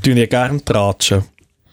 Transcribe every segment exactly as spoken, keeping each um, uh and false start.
Tun ihr gerne tratschen?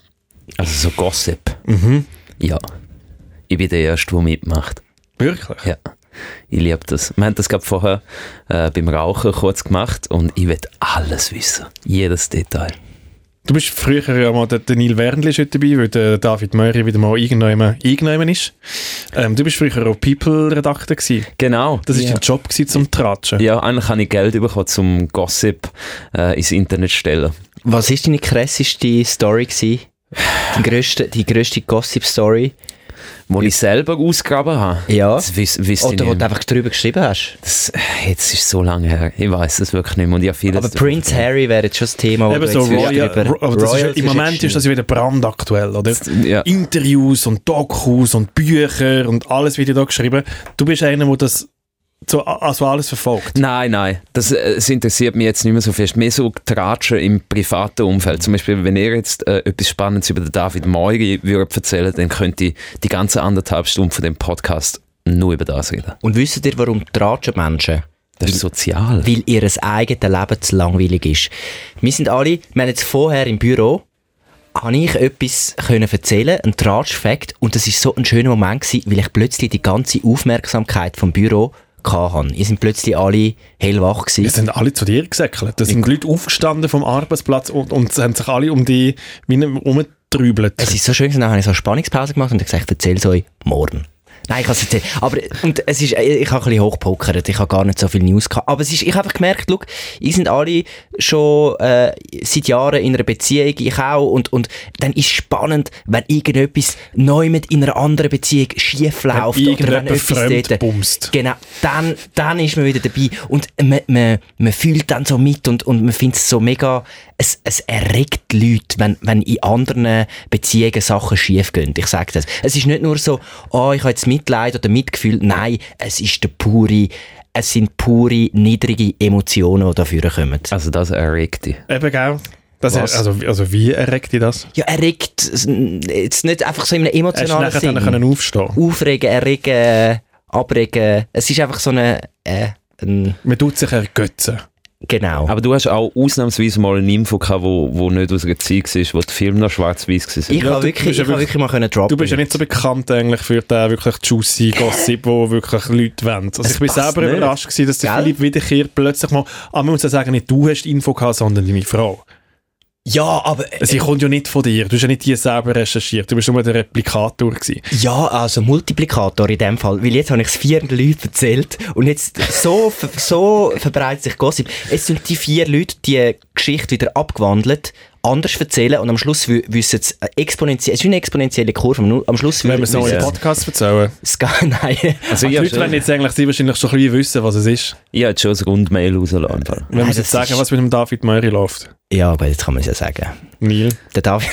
Also so Gossip? Mhm. Ja. Ich bin der Erste, der mitmacht. Wirklich? Ja. Ich liebe das. Wir haben das gerade vorher äh, beim Rauchen kurz gemacht und ich will alles wissen. Jedes Detail. Du bist früher ja mal, der, der Neil Wernli ist heute dabei, weil der David Möri wieder mal irgendwann eingenommen ist. Ähm, du bist früher auch People-Redakteur gewesen. Genau. Das war ja. dein Job gewesen, zum Tratschen. Ja, eigentlich habe ich Geld bekommen, zum Gossip äh, ins Internet zu stellen. Was war deine krasseste Story gewesen? Die grösste, die grösste Gossip-Story? Wo ich selber ausgegraben habe. Ja. Das wiss, wiss Oder wo ich du einfach drüber geschrieben hast. Das, jetzt ist es so lange her. Ich weiß es wirklich nicht mehr. Und ich habe vieles Aber Prince Harry wäre jetzt schon das Thema, wo Eben du so jetzt Royal, drüber- Ro- aber das Royal ist, im Moment ist das wieder brandaktuell, oder? Ja. Interviews und Dokus und Bücher und alles wird da geschrieben. Du bist einer, der das so, also alles verfolgt. Nein, nein, das, äh, das interessiert mich jetzt nicht mehr so fest. Mehr so Tratschen im privaten Umfeld. Zum Beispiel, wenn ihr jetzt äh, etwas Spannendes über den David Moiri würdet erzählen, dann könnt ihr die ganze anderthalb Stunden von dem Podcast nur über das reden. Und wisst ihr, warum tratschen Menschen? Das ist sozial. Weil ihr eigenes Leben zu langweilig ist. Wir sind alle, wir haben jetzt vorher im Büro, habe ich etwas können erzählen, ein Tratsch-Fact, und das war so ein schöner Moment gewesen, weil ich plötzlich die ganze Aufmerksamkeit vom Büro hatte. Ihr sind plötzlich alle hellwach gewesen. Wir sind alle zu dir gesäckelt. Da sind Leute aufgestanden vom Arbeitsplatz und, und haben sich alle um die wie herumgetrübelt. Es ist so schön, dann habe ich so eine Spannungspause gemacht und gesagt, ich erzähle es euch morgen. Nein, ich kann es erzählen. Aber, und es ist, ich habe ein bisschen hochgepokert, ich habe gar nicht so viel News gehabt. Aber es ist, ich habe einfach gemerkt, schau, ihr sind alle schon äh, seit Jahren in einer Beziehung, ich auch, und, und dann ist es spannend, wenn irgendetwas neu mit in einer anderen Beziehung schief läuft. Wenn oder wenn irgendjemand etwas fremd dort, bumst. genau, dann, dann ist man wieder dabei. Und man, man, man fühlt dann so mit und, und man findet es so mega, es, es erregt die Leute, wenn, wenn in anderen Beziehungen Sachen schief gehen. Ich sage das. Es ist nicht nur so, oh, ich habe jetzt Mitleid oder Mitgefühl. Nein, es ist der pure, es sind pure, niedrige Emotionen, die dafür kommen. Also das erregt dich. Eben, gell? Das Was? ist, also, also wie erregt dich das? Ja, erregt, jetzt nicht einfach so in einem Hast du emotionalen nachher Sinn. dann können aufstehen? Aufregen, erregen, abregen. Es ist einfach so eine, äh, ein, Man tut sich ergötzen. genau. Aber du hast auch ausnahmsweise mal eine Info gehabt, wo, wo nicht aus einer Zeit war, wo der Film noch schwarz-weiß war. ich Ja, kann du wirklich, bist ja ich kann wirklich mal können droppen. Du bist ja nicht so bekannt eigentlich für den wirklich juicy Gossip, wo wirklich Leute wollen. Also Es ich bin passt selber nicht. überrascht gewesen, dass der Gell? Philipp Wiederkehr plötzlich mal, aber man muss ja sagen, nicht du hast die Info gehabt, sondern deine Frau. Ja, aber... Sie kommt ja nicht von dir, du hast ja nicht die selber recherchiert, du bist nur der Replikator gewesen. Ja, also Multiplikator in dem Fall, weil jetzt habe ich es vier Leuten erzählt und jetzt so, ver- so verbreitet sich Gossip. Jetzt sind die vier Leute die Geschichte wieder abgewandelt, anders erzählen und am Schluss w- wissen es exponentiell, es ist eine exponentielle Kurve, am- am Schluss Wenn wir es noch wissen im Podcast erzählen. es gar nein. Also Die ich Leute habe wollen jetzt eigentlich sie wahrscheinlich schon ein bisschen wissen, was es ist. ich habe schon ein Rundmail rausgelassen. im Fall. Wenn wir Nein, uns jetzt das sagen, ist- was mit dem David Möri läuft. Ja, aber jetzt kann man es ja sagen. Neil. Der David.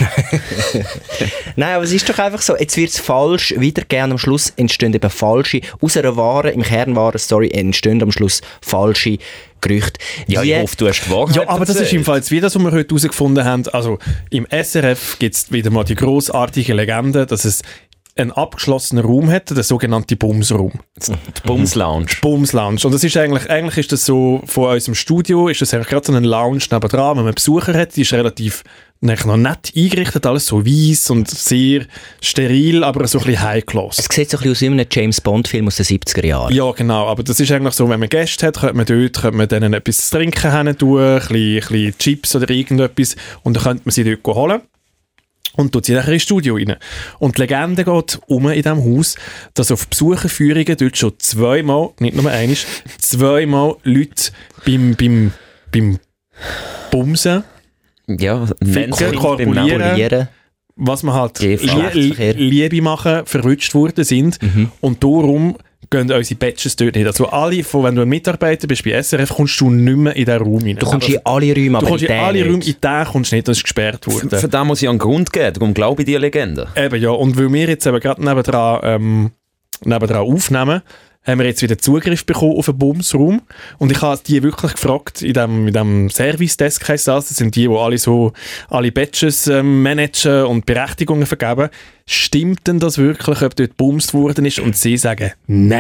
Nein, aber es ist doch einfach so, jetzt wird es falsch wiedergegeben, am Schluss entstehen eben falsche, aus einer wahren, im Kern wahren Story entstehen am Schluss falsche Gerüchte. Ja, Die- ich hoffe, du hast die Wahrheit Ja, aber das ist erzählt. im Fall jetzt wieder, das, was wir heute herausgefunden haben. Also im S R F gibt es wieder mal die grossartige Legende, dass es einen abgeschlossenen Raum hat, der sogenannte Bumsraum. Die Bums Lounge. Bums Lounge. Und das ist eigentlich, eigentlich ist das so, von unserem Studio ist das eigentlich gerade so ein Lounge nebendran, wenn man Besucher hat, die ist relativ eigentlich noch nett eingerichtet, alles so weiss und sehr steril, aber so ein bisschen high-class. Es sieht so ein bisschen aus wie in einem James-Bond-Film aus den siebziger Jahren. Ja, genau, aber das ist eigentlich so, wenn man Gäste hat, könnte man dort könnte man denen etwas zu trinken hin tun, ein bisschen, ein bisschen Chips oder irgendetwas, und dann könnte man sie dort holen und tut sie nachher ins Studio rein. Und die Legende geht um in diesem Haus, dass auf Besucherführungen dort schon zweimal, nicht nur einmal, zweimal Leute beim, beim, beim Bumsen, Ja, Ficken, Menschen korpulieren. beim Namen. Polieren. was man halt Eva. Lie Geschlechtsverkehr. Liebe machen, verrutscht worden sind. Mhm. Und darum gehen unsere Badges dort nicht. Also alle, von, wenn du ein Mitarbeiter bist bei S R F, kommst du nicht mehr in diesen Raum rein. Du kommst Aber in alle Räume, du aber kommst in in den alle Räume, nicht. in den kommst du nicht, das ist gesperrt Für, worden. für das muss ich einen Grund geben, darum glaube ich diese Legende. Eben ja, und weil wir jetzt eben gerade nebendran, ähm, nebendran aufnehmen, haben wir jetzt wieder Zugriff bekommen auf einen Bumsraum. Und ich habe die wirklich gefragt, in dem, in dem Service-Desk heisst das, das sind die, die alle so alle Badges ähm, managen und Berechtigungen vergeben. Stimmt denn das wirklich, ob dort gebumst worden ist? Und sie sagen, nein.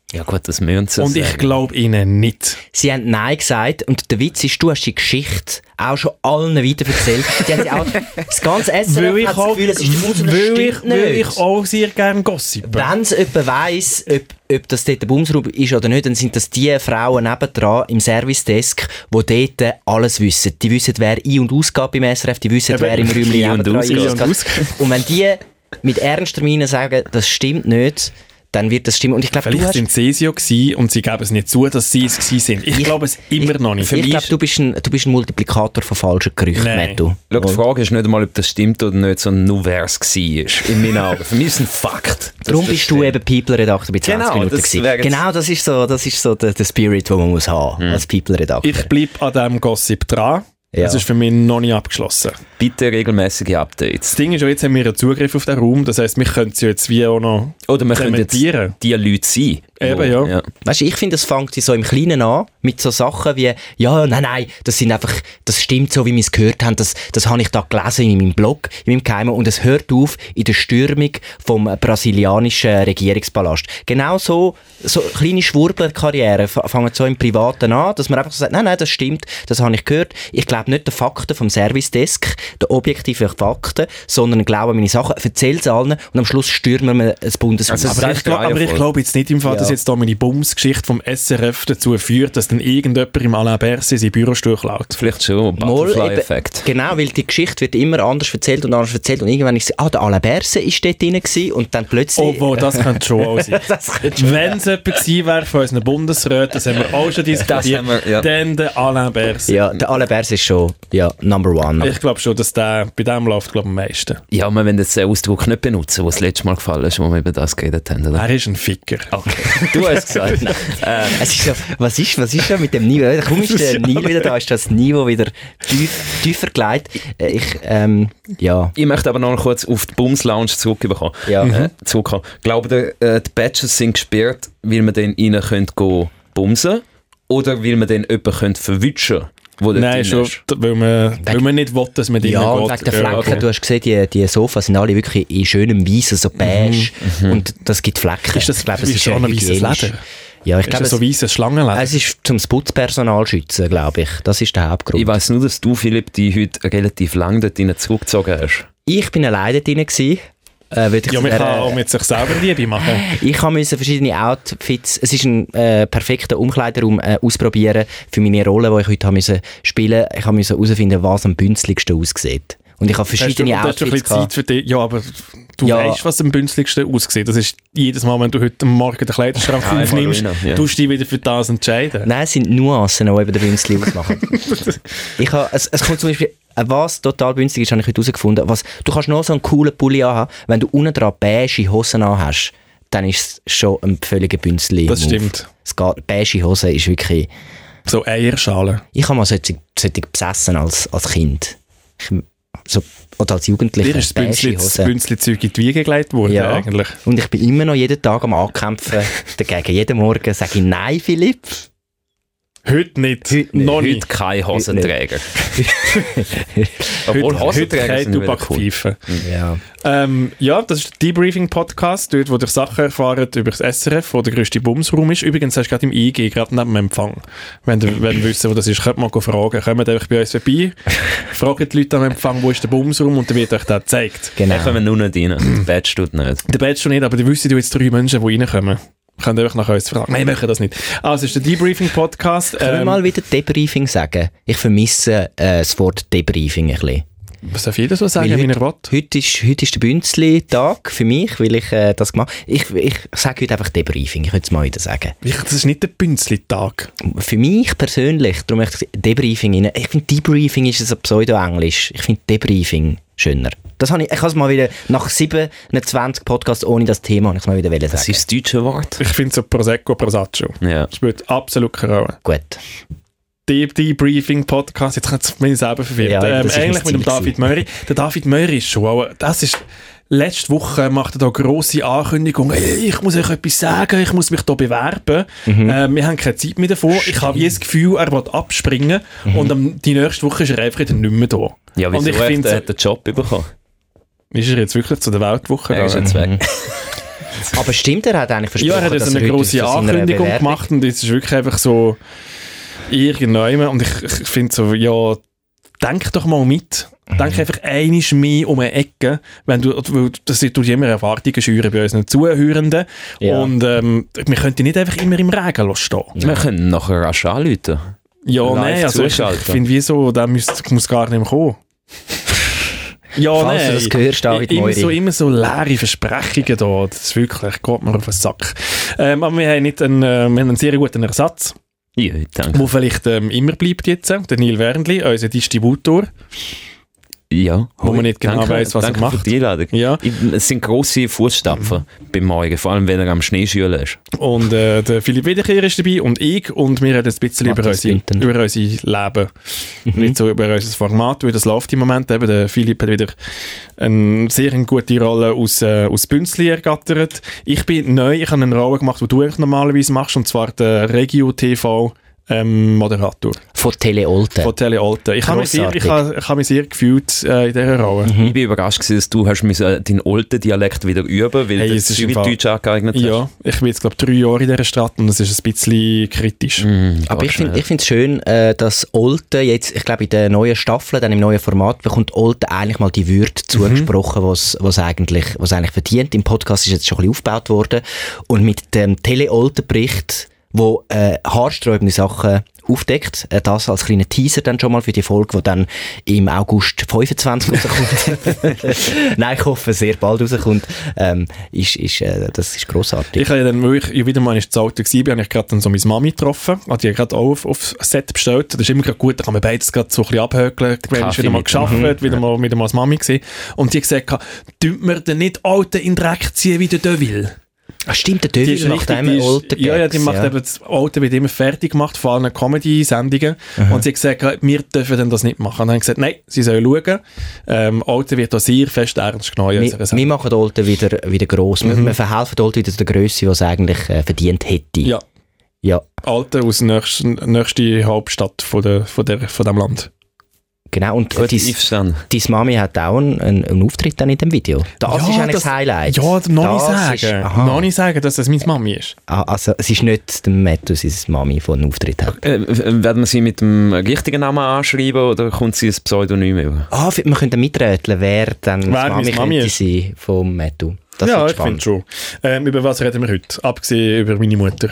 Ja gut, das müssen sie Und ich sagen. glaube ihnen nicht. Sie haben Nein gesagt und der Witz ist, du hast die Geschichte auch schon allen weiterverzählt. Die haben sie auch, das ganze S R Weil ich F hat das auch, Gefühl, es ist der Bumsraum, das weil ich, stimmt weil nicht. ich auch sehr gerne gossipe. Wenn es jemand weiss, ob, ob das dort der Bumsraum ist oder nicht, dann sind das die Frauen nebendran im Servicedesk, die dort alles wissen. Die wissen, wer ein- und ausgeht beim S R F, die wissen, Eben, wer im Räumchen ein- und nebendran ausgeht. ein- und ausgeht. Und wenn die mit ernster Miene sagen, das stimmt nicht, dann wird das stimmen. Und ich glaube, du Vielleicht hast... sind sie es ja gewesen und sie geben es nicht zu, dass sie es gewesen sind. Ich, Ich- glaube es immer noch nicht. Ich glaube, du bist ein, du bist ein Multiplikator von falschen Gerüchten, Nein. Mattu. Schau, die Frage ist nicht einmal, ob das stimmt oder nicht, sondern nur wer es war. In meinen Augen. Für mich ist es ein Fakt. Darum bist du eben People-Redakteur bei zwanzig Genau, Minuten das gewesen. wäre jetzt- Genau, das ist so, das ist so der, der Spirit, den man muss haben als People-Redakteur. Ich bleibe an diesem Gossip dran. Ja. Das ist für mich noch nicht abgeschlossen. Bitte regelmäßige Updates. Das Ding ist ja, jetzt haben wir einen Zugriff auf den Raum. Das heisst, wir können es ja jetzt wie auch noch Oder wir können jetzt dementieren. die Leute sein. Eben, wo- ja. Weißt du, ich finde, es fängt so im Kleinen an, mit so Sachen wie, ja, nein, nein, das sind einfach, das stimmt so, wie wir es gehört haben, das, das habe ich da gelesen in meinem Blog, in meinem Geheimen, und es hört auf in der Stürmung vom brasilianischen Regierungspalast. Genau so, so kleine Schwurbler-Karrieren f- fangen so im Privaten an, dass man einfach so sagt, nein, nein, das stimmt, das habe ich gehört. Ich glaube nicht den Fakten vom Service-Desk, den objektiven Fakten, sondern glaube meine Sachen, erzähle es allen und am Schluss stürmen wir das Bundeshaus. Also es Aber Das ich, glaub, ist aber ich voll. glaube jetzt nicht im Fall, Ja. dass jetzt da meine Bums-Geschichte vom S R F dazu führt, dass dann irgendjemand im Alain Berset sein Bürostuhl klaut. Vielleicht schon, Mal eben- Butterfly-Effekt. Genau, weil die Geschichte wird immer anders erzählt und anders erzählt und irgendwann ist ah, der Alain Berset ist dort drin gewesen und dann plötzlich... Obwohl, das könnte schon auch sein. Wenn es jemand gewesen wäre von unseren Bundesräten, das haben wir auch schon diskutiert, haben wir, ja. dann der Alain Berset. Ja, der Alain Berset ist schon ja, Number One. Ich glaube schon, dass der bei dem läuft, glaube ich, am meisten. Ja, wir wollen jetzt den Ausdruck nicht benutzen, der das letzte Mal gefallen ist, wo wir über das geredet haben. Oder? Er ist ein Ficker. Du hast gesagt. äh, Es ist so, was ist, was ist da mit dem Niveau? Kaum ist der Nil wieder da, ist das Niveau wieder tief, tiefer gelegt. Äh, Ich, ähm, ja. Ich möchte aber noch kurz auf die Bums Lounge zurückbekommen. Ja. Äh, zurückkommen. Ich glaube, der, äh, die Badges sind gesperrt, weil man dann rein können go bumsen oder weil man dann jemanden können verwutschen wo dort Nein, drin schon, ist. weil man, weil man nicht will, dass man drinnen Ja, und geht. wegen der Flecken, okay. du hast gesehen, die, die Sofas sind alle wirklich in schönem Weissen, so beige, und das gibt Flecken. Ist das, ich glaube, ist schon ein weißes hygienisch. Leder? Ja, ich Ist glaube, das so es, weißes Schlangenleder? es ist zum Putzpersonal schützen, glaube ich. Das ist der Hauptgrund. Ich weiss nur, dass du, Philipp, die heute relativ lang dort rein zurückgezogen hast. Ich bin alleine drin gewesen. Äh, weil ich Ja, man der, kann auch mit sich selber Liebe machen. Ich musste verschiedene Outfits, es ist ein äh, perfekter Umkleideraum äh, ausprobieren für meine Rolle, die ich heute musste spielen. Ich musste herausfinden, was am bünzligsten aussieht. Und ich habe Hast du, verschiedene hast du ein Outfits bisschen Zeit gehabt. für dich? Ja, aber du Ja. weißt, was am bünzligsten aussieht. Das ist jedes Mal, wenn du heute Morgen den Kleiderschrank Ja, aufnimmst, einmal rein, ja. tust du dich wieder für das entscheiden. Nein, es sind Nuancen, die eben den Bünzli ausmachen. ich habe, es, es kommt zum Beispiel, äh, was total günstig ist, habe ich heute herausgefunden. Was, du kannst noch so einen coolen Pulli anhaben, wenn du unten dran beige Hosen anhast, dann ist es schon ein völliger Bünzli. Das stimmt. Es geht, beige Hose ist wirklich... So Eierschalen. Ich habe mal solche, solche besessen als, als Kind. Ich, so, oder als Jugendlicher. Dir ist das Bünzli- das Hose. Bünzli-Zeug in die Wiege gelegt worden, Ja. eigentlich. Und ich bin immer noch jeden Tag am Ankämpfen dagegen. Jeden Morgen sage ich, nein, Philipp. Heute nicht. Heute nicht. Noch Heute nicht. kein Hosenträger. Heute, Obwohl heute Hosenträger keine sind wieder cool. Tubakpfeife. Ja. Ähm, ja, das ist der Debriefing-Podcast, dort, wo ihr Sachen erfahrt über das S R F, wo der grösste Bumsraum ist. Übrigens, hast du gerade im I G, gerade neben dem Empfang. Wenn ihr wenn ihr wisst, wo das ist, könnt ihr mal fragen. Kommt einfach bei uns vorbei, fragt die Leute am Empfang, wo ist der Bumsraum, und dann wird euch das gezeigt. Genau. Da kommen wir nur nicht rein. Das Bett steht nicht. Der Bett schon nicht, aber die wissen jetzt drei Menschen, die reinkommen. Könnt ihr einfach nach uns fragen. Nein, wir machen das nicht. Also, es ist der Debriefing-Podcast. Können wir Ähm, mal wieder Debriefing sagen? Ich vermisse äh, das Wort Debriefing ein bisschen. was darf jeder so sagen, Weil wie heute- er will? Heute ist, heute ist der Bünzli-Tag für mich, weil ich äh, das gemacht habe. Ich, ich sage heute einfach Debriefing, ich könnte es mal wieder sagen. Ich, das ist nicht der Bünzli-Tag. Für mich persönlich, darum möchte ich Debriefing rein. Ich finde, Debriefing ist ein Pseudo-Englisch. Ich finde Debriefing schöner. Das habe ich, ich habe es mal wieder, nach siebenundzwanzig Podcasts ohne das Thema, habe ich es mal wieder wollen Das sagen. ist das deutsche Wort. Ich finde so Prosecco, Prosaccio. Ja. Das spielt absolut keine Rolle. Gut. Die Debriefing-Podcast, jetzt kann ich mich selber verwirren. Ja, ähm, das ist eigentlich mein mit dem Ziel David Möri. Der David Möri ist schon auch, das ist, letzte Woche macht er da grosse Ankündigungen, hey, ich muss euch etwas sagen, ich muss mich da bewerben. Mhm. Ähm, wir haben keine Zeit mehr davor. Ich habe wie das Gefühl, er will abspringen, Mhm. und am, die nächste Woche ist er einfach wieder nicht mehr da. Ja, wieso und ich hat finde, er den Job bekommen? ist er jetzt wirklich zu der Weltwoche Er ist gegangen? jetzt weg. Aber stimmt, er hat eigentlich versprochen, Ja, er hat dass also eine er heute grosse zu seiner Ankündigung Bewerbung- gemacht und es ist wirklich einfach so irgendjemand und ich, ich finde so, ja, denk doch mal mit. Denk Mhm. einfach einmal mehr um eine Ecke, wenn du, weil das tut immer Erwartungen schüren bei unseren Zuhörenden Ja. und ähm, wir könnten nicht einfach immer im Regen stehen. Wir können nachher rasch anrufen. Ja, Live nein, also ich, zuschalten. ich finde, wieso, der muss, muss gar nicht mehr kommen. Ja, Falls nein. du das hörst, David immer Moiri. so, immer so leere Versprechungen da, das ist wirklich, geht mir auf den Sack. Ähm, aber wir haben, nicht einen, äh, wir haben einen sehr guten Ersatz, Ja, danke. der vielleicht ähm, immer bleibt jetzt, der Neil Wernli, unser Distributor, Ja. wo man nicht genau danke, weiss, was er danke macht. für die Einladung. Ja. Ich- Es sind grosse Fußstapfen beim Morgen, vor allem wenn er am Schneeschülen ist. Und äh, der Philipp Wiederkehr ist dabei und ich und wir reden ein bisschen über Matthias unser, Winten. über unser Leben. Nicht so über unser Format, weil das läuft im Moment. Eben, der Philipp hat wieder eine sehr gute Rolle aus, äh, aus Bünzli ergattert. Ich bin neu, ich habe eine Rolle gemacht, die du eigentlich normalerweise machst, und zwar der Regio-T V ähm, Moderator Von Tele Olten. von Tele Olten. Ich habe mich sehr, ich Grossartig. habe, ich habe mich sehr gefühlt äh, in dieser Rolle. Ich bin überrascht gewesen, dass du hast müssen deinen alten Dialekt wieder üben, weil Hey, du es ist im Fall- Zürich-Deutsch angeeignet hast. Ja, ich bin jetzt glaube drei Jahre in dieser Stadt und das ist ein bisschen kritisch. Mm, Aber geht ich finde schnell. es schön, äh, dass Olten jetzt, ich glaube in der neuen Staffel, dann im neuen Format, bekommt Olten eigentlich mal die Würde zugesprochen, was was eigentlich, was eigentlich verdient. Im Podcast ist jetzt schon ein bisschen aufgebaut worden. Und mit dem Tele-Olten-Bericht, wo äh, haarsträubende Sachen aufdeckt, äh, das als kleiner Teaser dann schon mal für die Folge, die dann im August fünfundzwanzig rauskommt. Nein, ich hoffe, sehr bald rauskommt. Ähm, ist, ist, äh, das ist grossartig. Ich habe ja dann, weil ich wieder mal in der Auto war, habe ich gerade dann so meine Mami getroffen. Hat die gerade auch auf, auf Set bestellt. Das ist immer gerade gut, da kann man beides gerade so ein bisschen abhökeln. Wir haben Kaffee wieder mal mit- geschafft, wieder mal, wieder mal als Mami gewesen. Und die hat gesagt, tut mir denn nicht Alten in den Dreck ziehen wie der Deville? Ah, stimmt, der Die Devil ist macht richtig, einmal die ist- Olten Ja, ja, die Gags, macht eben, das Alte wird immer fertig gemacht, vor allem Comedy-Sendungen. Und sie hat gesagt, wir dürfen dann das nicht machen. Und dann haben sie gesagt, nein, sie sollen schauen. Ähm, Alte wird da sehr fest ernst genommen. in unserer Wir, Sendung. wir machen Olten wieder, wieder gross. Wir, wir verhelfen Olten wieder zu der Grösse, die es eigentlich äh, verdient hätte. Ja, Ja, Alte aus der nächsten, nächsten Hauptstadt von, der, von, der, von dem Land. genau. Und Gut, dein, einverstanden. deine Mami hat auch einen, einen, einen Auftritt dann in dem Video. Das Ja, ist eigentlich das, das- Highlight. Ja, noch nicht Das sagen. ist- aha. Noch nicht sagen, dass das meine Mami ist. Ah, also, es ist nicht der Matthew, seine Mami, die einen Auftritt hat. Äh, w- werden wir sie mit dem richtigen Namen anschreiben oder kommt sie ein Pseudonym über? Ah, wir könnten miträtseln, wer dann die Wer Mami, meine Mami könnte ist. sein vom Matthew. Das ja, wird ich spannend. finde schon. Ähm, über was reden wir heute? Abgesehen über meine Mutter.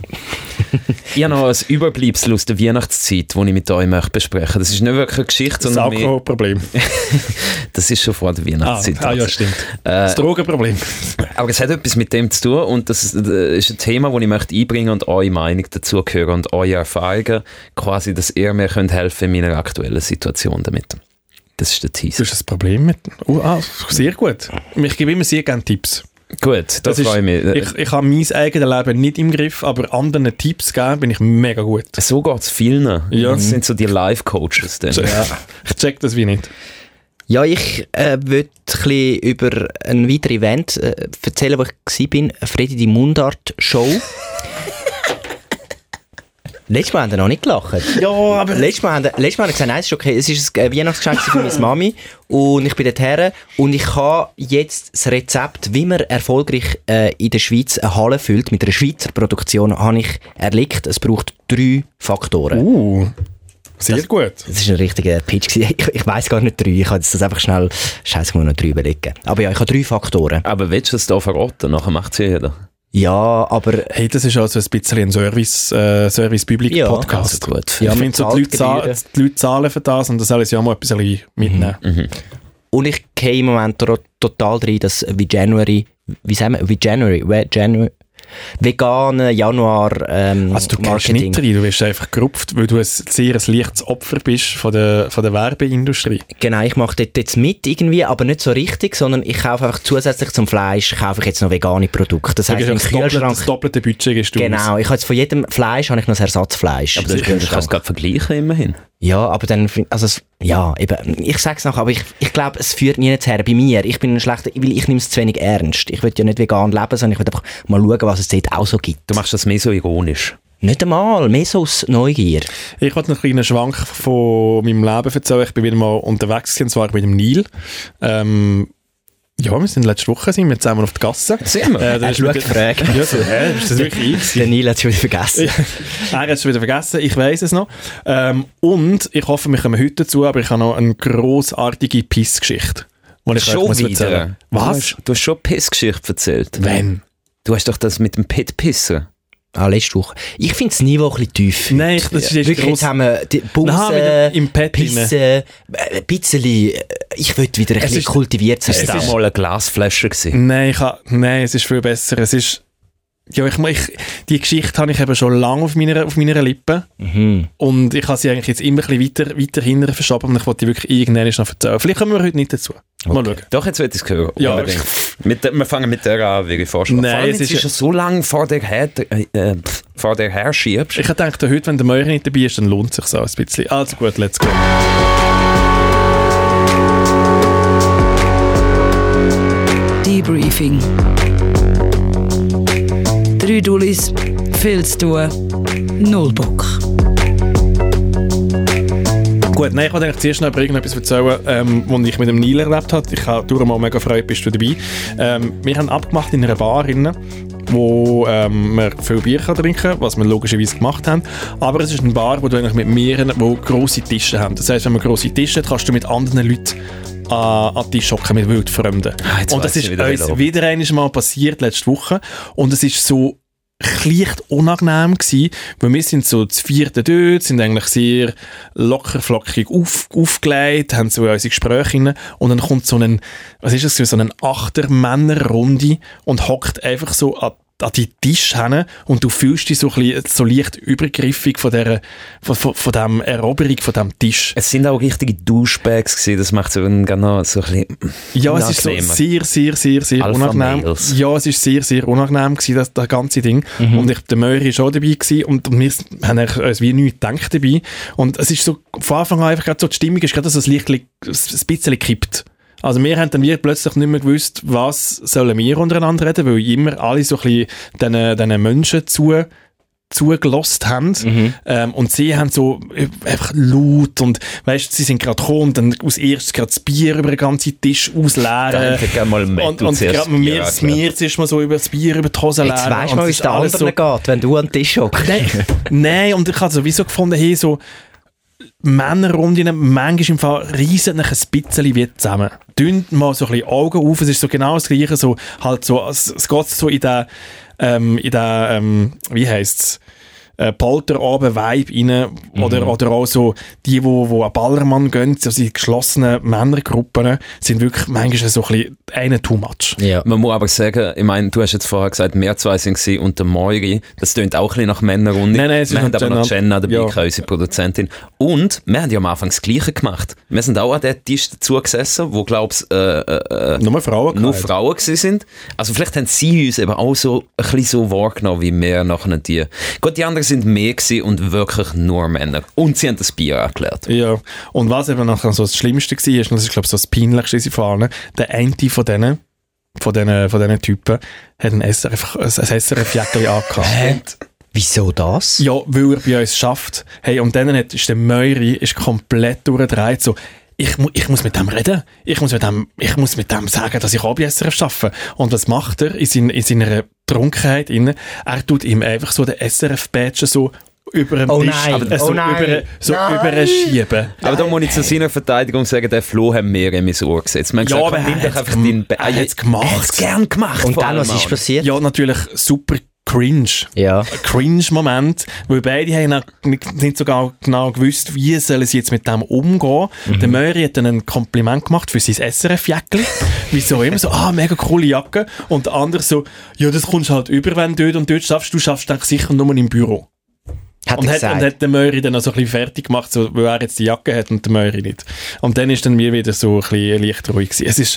Ich habe noch ein Überbleibsel aus der Weihnachtszeit, das ich mit euch möchte besprechen. Das ist nicht wirklich eine Geschichte, Das sondern mehr, Alkoholproblem. das ist schon vor der Ah, Weihnachtszeit. ah, ja, stimmt. Äh, Das Drogenproblem. Aber es hat etwas mit dem zu tun und das ist, äh, ist ein Thema, das ich möchte einbringen und eure Meinung dazu hören und eure Erfahrungen, quasi, dass ihr mir könnt helfen in meiner aktuellen Situation damit. Das ist der Du Teaser. hast ein Problem mit... Oh, ah, sehr gut. Ich gebe immer sehr gerne Tipps. Gut, das, Das ist, freue ich mich. Äh, ich, ich habe mein eigenes Leben nicht im Griff, aber anderen Tipps geben bin ich mega gut. So geht es vielen. Ja. Das sind so die Live-Coaches. Dann. Ja. Ich check das wie nicht. Ja, ich äh, würde ein bisschen über ein weiteres Event äh, erzählen, wo ich war. Freddy die Mundart-Show. Letztes Mal haben wir noch nicht gelacht. Ja, aber... Letztes Mal haben wir, letztes Mal haben wir gesagt, nein, es ist okay. Es ist ein Weihnachtsgeschenk für meine Mami. Und ich bin dorthin. Und ich habe jetzt das Rezept, wie man erfolgreich äh, in der Schweiz eine Halle füllt, mit einer Schweizer Produktion, habe ich erlegt. Es braucht drei Faktoren. Uh, sehr gut. Das war ein richtiger Pitch gewesen. Ich, ich weiss gar nicht drei. Ich habe jetzt das einfach schnell... Scheiße, ich muss noch drei überlegen. Aber ja, ich habe drei Faktoren. Aber willst du das hier verraten? Nachher macht es ja jeder. Ja, aber... Hey, das ist also ein bisschen ein Service, äh, Service Public Ja, Podcast. Also gut. Ja, ich man finde, so zahlt die, Leute zahl- Gebühren. die Leute zahlen für das und das alles ja mal ein bisschen mitnehmen. Mhm. Und ich gehe im Moment to- total drin, dass wie January... Wie sagen wir? Wie January? We- January vegane Januar ähm, Also du gehst Marketing. nicht rein, du wirst einfach gerupft, weil du ein sehr ein leichtes Opfer bist von der, von der Werbeindustrie. Genau, ich mache dort jetzt mit irgendwie, aber nicht so richtig, sondern ich kaufe einfach zusätzlich zum Fleisch kaufe ich jetzt noch vegane Produkte. Das Du heisst, gibst im einfach das doppelte, Kühlschrank... das doppelte Budget gehst du Genau, ich habe jetzt von jedem Fleisch habe ich noch das Ersatzfleisch. Aber das, du kannst es gerade vergleichen immerhin. Ja, aber dann, find- also es, ja, eben, ich sag's noch, aber ich, ich glaube, es führt nie jetzt her. Bei mir, ich bin ein schlechter, weil ich nehme es zu wenig ernst. Ich will ja nicht vegan leben, sondern ich will einfach mal schauen, was es dort auch so gibt. Du machst das mehr so ironisch. Nicht einmal, mehr so aus Neugier. Ich wollte einen kleinen Schwank von meinem Leben erzählen. Ich bin wieder mal unterwegs gewesen, und zwar mit dem Neil. Ähm, Ja, wir sind letzte Woche sind wir zusammen auf der Gasse. Sehen wir. Äh, da Er ist schaut mir- gefragt. Ja, so, hä, ist das wirklich ich? Der Neil hat es schon wieder vergessen. Er hat es schon wieder vergessen, ich weiss es noch. Ähm, und ich hoffe, wir kommen heute dazu, aber ich habe noch eine grossartige Pissgeschichte, die ich euch Schon muss wieder? erzählen. Du Was? hast, du hast schon eine Pissgeschichte erzählt. Wenn? Du hast doch das mit dem Pit-Pissen. Ah, letzte Woche. Ich finde das Niveau ein bisschen tief. Nein, ich, das ist jetzt Wirklich, gross. jetzt haben wir die Bumsen, Nein, mit dem- im Pad Pissen, äh, ein bisschen, äh, ich will wieder ein Es bisschen ist- kultiviert sein. Es war mal eine Glasflasche gewesen. Nein, ich ha, nein, es ist viel besser. Es ist, ja, ich, ich, die Geschichte habe ich eben schon lange auf meiner, auf meiner Lippe. Mhm. Und ich habe sie eigentlich jetzt immer ein bisschen weiter, weiter hinterher verschoben und ich wollte die wirklich irgendwann noch erzählen. Vielleicht kommen wir heute nicht dazu. Mal schauen. Doch, jetzt will ich es hören. Ja. Unbedingt. Mit der, wir fangen mit der an, wie ich vorschlage. Nein, Vor allem, es jetzt ist ist schon so lange vor der her, äh, äh, vor der her schiebst. Ich habe gedacht, heute, wenn der Möri nicht dabei ist, dann lohnt es sich so ein bisschen. Also gut, let's go. Debriefing. Drei Dullis, viel zu tun, null Bock. Gut, nein, ich wollte eigentlich zuerst noch über irgendetwas erzählen, ähm, was ich mit dem Neil erlebt habe. Ich habe durchaus mal mega gefreut, bist du dabei. Ähm, wir haben abgemacht in einer Bar, innen, wo ähm, man viel Bier kann trinken kann, was wir logischerweise gemacht haben. Aber es ist eine Bar, wo du eigentlich mit mehreren, wo grosse Tische haben. Das heisst, wenn man grosse Tische hat, kannst du mit anderen Leuten an, an den Tisch hocken, mit Wildfremden. Ah, jetzt Und das weiss ist ich wieder, uns wie wieder einmal mal passiert, letzte Woche. Und es ist so leicht unangenehm gewesen, weil wir sind so das vierte dort, sind eigentlich sehr locker flockig auf, aufgelegt, haben so unsere Gespräche rein und dann kommt so ein, was ist das, so eine Achter-Männer-Runde und hockt einfach so an, an die Tisch hin und du fühlst dich so, ein bisschen, so leicht übergriffig von, der, von, von, von dem Eroberung von dem Tisch. Es sind auch richtige Douchebags gewesen, das macht es dann genau so ein bisschen Ja, es ist so unangenehmer. sehr, sehr, sehr, sehr Alpha unangenehm. Males. Ja, es ist sehr, sehr unangenehm gewesen, das, das ganze Ding. Mhm. Und ich, der Möri war schon dabei gewesen und wir haben eigentlich uns wie nichts gedacht dabei. Und es ist so, von Anfang an einfach gerade so, die Stimmung ist gerade so ein, Lichtli- ein bisschen gekippt. Also wir haben dann wir plötzlich nicht mehr gewusst, was sollen wir untereinander reden, weil immer alle so ein bisschen diesen, diesen Menschen zu zugelost haben Mhm. ähm, und sie haben so äh, einfach laut und weißt, sie sind gerade gekommen und dann aus erstes gerade das Bier über den ganzen Tisch ausleeren Da hätte ich gerne mal mit und, und gerade mir smiert es mal so über das Bier über die Hose leeren. Jetzt weisst du Und mal, es wie es ist den alles anderen geht, wenn du an den Tisch hockst. Nein, nein, und ich habe sowieso gefunden, hey, so Männerrundinnen, manchmal im Fall reisen ein bisschen wie zusammen. Dünnt mal so ein bisschen Augen auf, es ist so genau das Gleiche, so halt so, es, es geht so in den, ähm, in den, ähm, wie heisst's, äh, Polterabend-Vibe rein, Mhm. oder, oder auch so die, wo, wo an Ballermann gehen, so die geschlossenen Männergruppen, sind wirklich manchmal so ein bisschen eine too much. Ja. Man muss aber sagen, ich meine, du hast jetzt vorher gesagt, wir zwei sind gewesen und der Moiri, das klingt auch ein bisschen nach Männerrunde. Nein, nein, es ist wir haben noch aber noch Jenna. Jenna dabei, Ja. ja. unsere Produzentin. Und wir haben ja am Anfang das Gleiche gemacht. Wir sind auch an den Tisch dazu gesessen, wo, glaubst äh, äh, Nur Frauen nur gehabt. Frauen gewesen sind. Also vielleicht haben sie uns eben auch so ein bisschen so wahrgenommen, wie wir nachher die. Gut, die anderen sind mehr gewesen und wirklich nur Männer. Und sie haben das Bier erklärt. Ja, und was eben nachher so das Schlimmste war, und das ist, glaube ich, so das Peinlichste von allen, der eine von denen, von diesen, von diesen Typen, hat ein S R F, ein S R F-Jäckchen angehabt. Wieso das? Ja, weil er bei uns schafft. Hey, und dann hat, ist der Möri ist komplett durchgedreht, so, ich, mu ich muss mit dem reden, ich muss mit dem, ich muss mit dem sagen, dass ich auch bei S R F arbeite. Und was macht er in, sein, in seiner Trunkenheit? Rein? Er tut ihm einfach so den S R F-Badge so über den Oh Tisch, nein, äh, so oh nein, über, so nein. überschieben. Aber da muss ich zu seiner Verteidigung sagen, den Flo haben wir ihm ins Ohr gesetzt. Wir haben Ja, gesagt, aber komm, nimm er doch hat's einfach deinen Be- er hat's gemacht. Er hat's gern gemacht. Und vor dann, allem was ist auch. passiert? Ja, natürlich super cringe. Ja. Ein Cringe-Moment, weil beide haben auch nicht, nicht so genau, genau gewusst, wie sollen sie jetzt mit dem umgehen. Mhm. Der Möri hat dann ein Kompliment gemacht für sein S R F-Jäckchen. Wieso immer so, ah, mega coole Jacke. Und der andere so, ja, das kommst du halt über, wenn du dort und dort schaffst. Du schaffst eigentlich sicher nur im Büro. Hat Und er hat, und gesagt. hat der Möri dann auch so ein bisschen fertig gemacht, so, weil er jetzt die Jacke hat und der Möri nicht. Und dann ist dann mir wieder so ein bisschen leicht ruhig gewesen. Es ist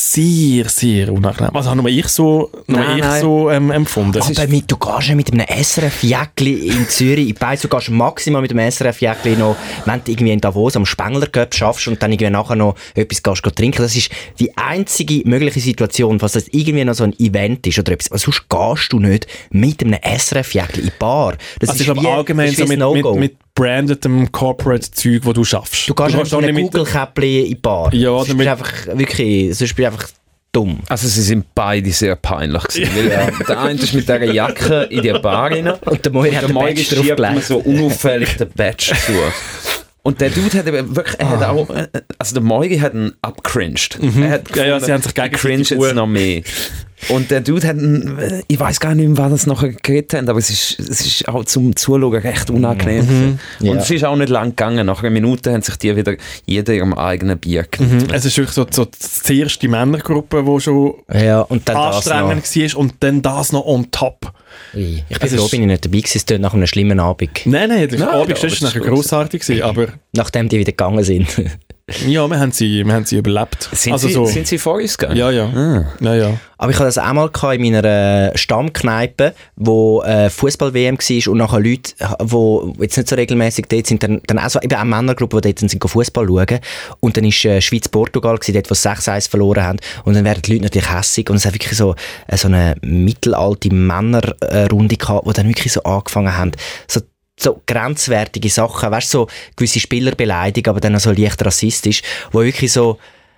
sehr, sehr unangenehm. Also habe nur ich so, nur Nein, ich nein. so ähm, empfunden. Aber mit, du gehst ja mit einem S R F-Jäckli in Zürich, ich weiss, du gehst maximal mit einem S R F-Jäckli noch, wenn du irgendwie in Davos am Spengler Cup schaffst und dann irgendwie nachher noch etwas gehst, gehst trinken. Das ist die einzige mögliche Situation, was das irgendwie noch so ein Event ist oder etwas. Aber sonst gehst du nicht mit einem S R F-Jäckli in die Bar. Das Also ich glaube wie- allgemein das so ist wie mit, ein mit, No-Go. mit brandetem Corporate-Zeug, wo du schaffst. Du gehst du einfach mit einem mit- Google-Käppli in die Bar. Ja, sonst damit- bist du einfach, wirklich, sonst bist du einfach dumm. Also sie sind beide sehr peinlich gewesen, weil äh, der eine ist mit dieser Jacke in die Bar rein Und der Moiri hat den Moiri Badge schiebt mir draufgelegt. so unauffällig den Badge zu. Und der Dude hat eben wirklich, er hat auch, äh, also der Moiri hat ihn abgecringed. Mhm. Er hat Ja, ja, gefunden, sie haben sich ich cringe gegenseitig jetzt noch mehr. Und der Dude hat, einen, ich weiß gar nicht mehr, was das nachher geredet haben, aber es ist, es ist auch zum Zuschauen recht unangenehm. Mhm. Und Ja. es ist auch nicht lang gegangen. Nach einer Minute haben sich die wieder jeder ihrem eigenen Bier gewidmet. Mhm. Es ist wirklich so, so die erste Männergruppe, die schon Ja, und dann das noch. anstrengend war und dann das noch on top. Ich bin Es froh, ist- bin ich nicht dabei gewesen, es tönt nach einem schlimmen Abend. Nein, nein, der Nein, Abend aber war das ist nachher gut. grossartig gewesen, aber Nachdem die wieder gegangen sind. ja, wir haben sie, wir haben sie überlebt. Sind, also sie, so, sind sie vor uns gegangen? ja, ja, Ah. ja, ja. Aber ich hatte das auch mal gehabt in meiner äh, Stammkneipe, wo äh, Fußball-W M war und nachher Leute, die jetzt nicht so regelmäßig dort sind, dann, dann auch so, eben auch Männergruppen, die dort sind, Fußball schauen. Und dann war äh, Schweiz-Portugal, gewesen, dort, wo sie sechs eins verloren haben. Und dann werden die Leute natürlich hässig. Und es hat wirklich so, äh, so eine mittelalte Männerrunde gehabt, die dann wirklich so angefangen haben, so so grenzwertige Sachen, weißt du, so gewisse Spielerbeleidigung, aber dann auch so leicht rassistisch, wo wirklich so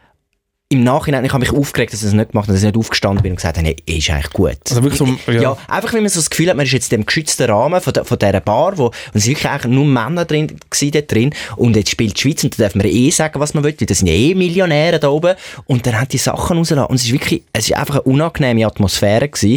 im Nachhinein, ich habe mich aufgeregt, dass ich das nicht gemacht habe, dass ich nicht aufgestanden bin und gesagt habe, hey, ist eigentlich gut. Also wirklich so, ja. Ja, einfach, wenn man so das Gefühl hat, man ist jetzt in dem geschützten Rahmen von, der, von dieser Bar, wo, und es sind wirklich eigentlich nur Männer drin, gewesen, dort drin, und jetzt spielt die Schweiz, und da darf man eh sagen, was man will, weil das sind ja eh Millionäre da oben, und dann haben die Sachen rausgelassen, und es ist wirklich, es ist einfach eine unangenehme Atmosphäre gewesen,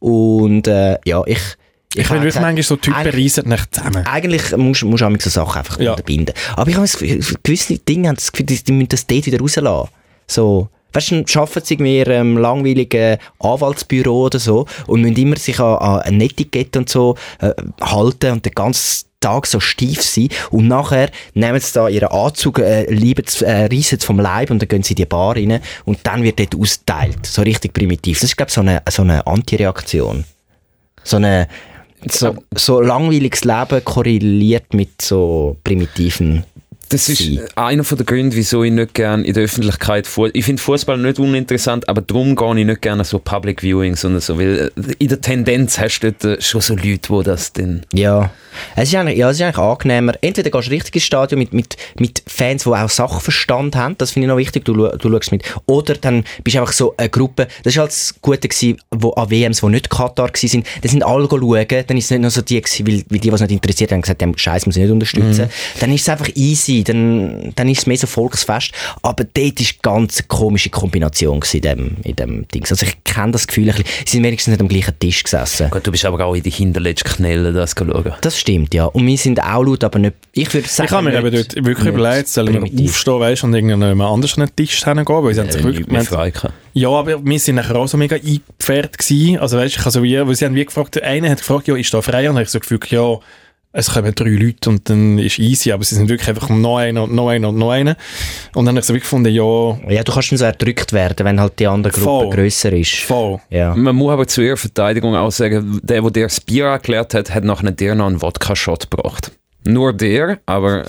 und äh, ja, ich Ich finde wirklich manchmal so Typen eigentlich- reisen nicht zusammen. Eigentlich musst musst du auch so Sachen einfach Ja. unterbinden. Aber ich habe das Gefühl, gewisse Dinge haben das Gefühl, die, die müssen das dort wieder rauslassen. So, weißt du, dann arbeiten sie in ihrem langweiligen Anwaltsbüro oder so und müssen immer sich an, an ein Etikett und so äh, halten und den ganzen Tag so steif sein und nachher nehmen sie da ihren Anzug, äh, lieben, äh, reissen es vom Leib und dann gehen sie in die Bar rein und dann wird dort ausgeteilt. So richtig primitiv. Das ist, glaube ich, so eine, so eine Antireaktion. So eine So, so langweiliges Leben korreliert mit so primitiven Das ist sein. einer der Gründe, wieso ich nicht gerne in der Öffentlichkeit Fu- ich finde Fußball nicht uninteressant, aber darum gehe ich nicht gerne so Public Viewings und so, weil äh, in der Tendenz hast du dort äh, schon so Leute, die das dann... Ja, es ist eigentlich, ja, es ist eigentlich angenehmer. Entweder gehst du richtig ins Stadion mit, mit, mit Fans, die auch Sachverstand haben, das finde ich noch wichtig, du, schau- du schaust mit. Oder dann bist du einfach so eine Gruppe, das war halt das Gute gewesen, wo, an W Ms, die nicht Katar waren, da sind alle schauen, dann ist es nicht nur so die gewesen, weil, weil die, die es nicht interessiert haben, gesagt haben, Scheiß muss ich nicht unterstützen. Mhm. Dann ist es einfach easy, dann, dann ist es mehr so Volksfest. Aber dort war ganz eine komische Kombination gewesen in dem, in dem Ding. Also ich kenne das Gefühl, ein bisschen, sie sind wenigstens nicht am gleichen Tisch gesessen. Gut, du bist aber auch in die hinterletzten Knellen das schauen. Das stimmt, ja. Und wir sind auch laut, aber nicht... Ich würde sagen... Ich habe mir eben nicht- dort wirklich nicht überlegt, sollen wir primitiv. aufstehen, weißt, und irgendjemand anders an den Tisch hingehen, weil sie haben sich Äh, wirklich... mit wir haben- Freiken. Ja, aber wir sind nachher auch so mega eingepfercht gewesen. Also weißt, ich habe so wie, weil sie haben wie gefragt, der eine hat gefragt, ja, ist da frei? Und dann habe ich so gefühlt, ja, es kommen drei Leute und dann ist easy, aber sie sind wirklich einfach noch einer und noch einer und noch einer. Und dann habe ich so wie gefunden, ja, Ja, du kannst dann so erdrückt werden, wenn halt die andere Gruppe Voll. grösser ist. voll. Ja. Man muss aber zu ihrer Verteidigung auch sagen, der, der dir das Bier erklärt hat, hat nachher dir noch einen Wodka-Shot gebracht. Nur der, aber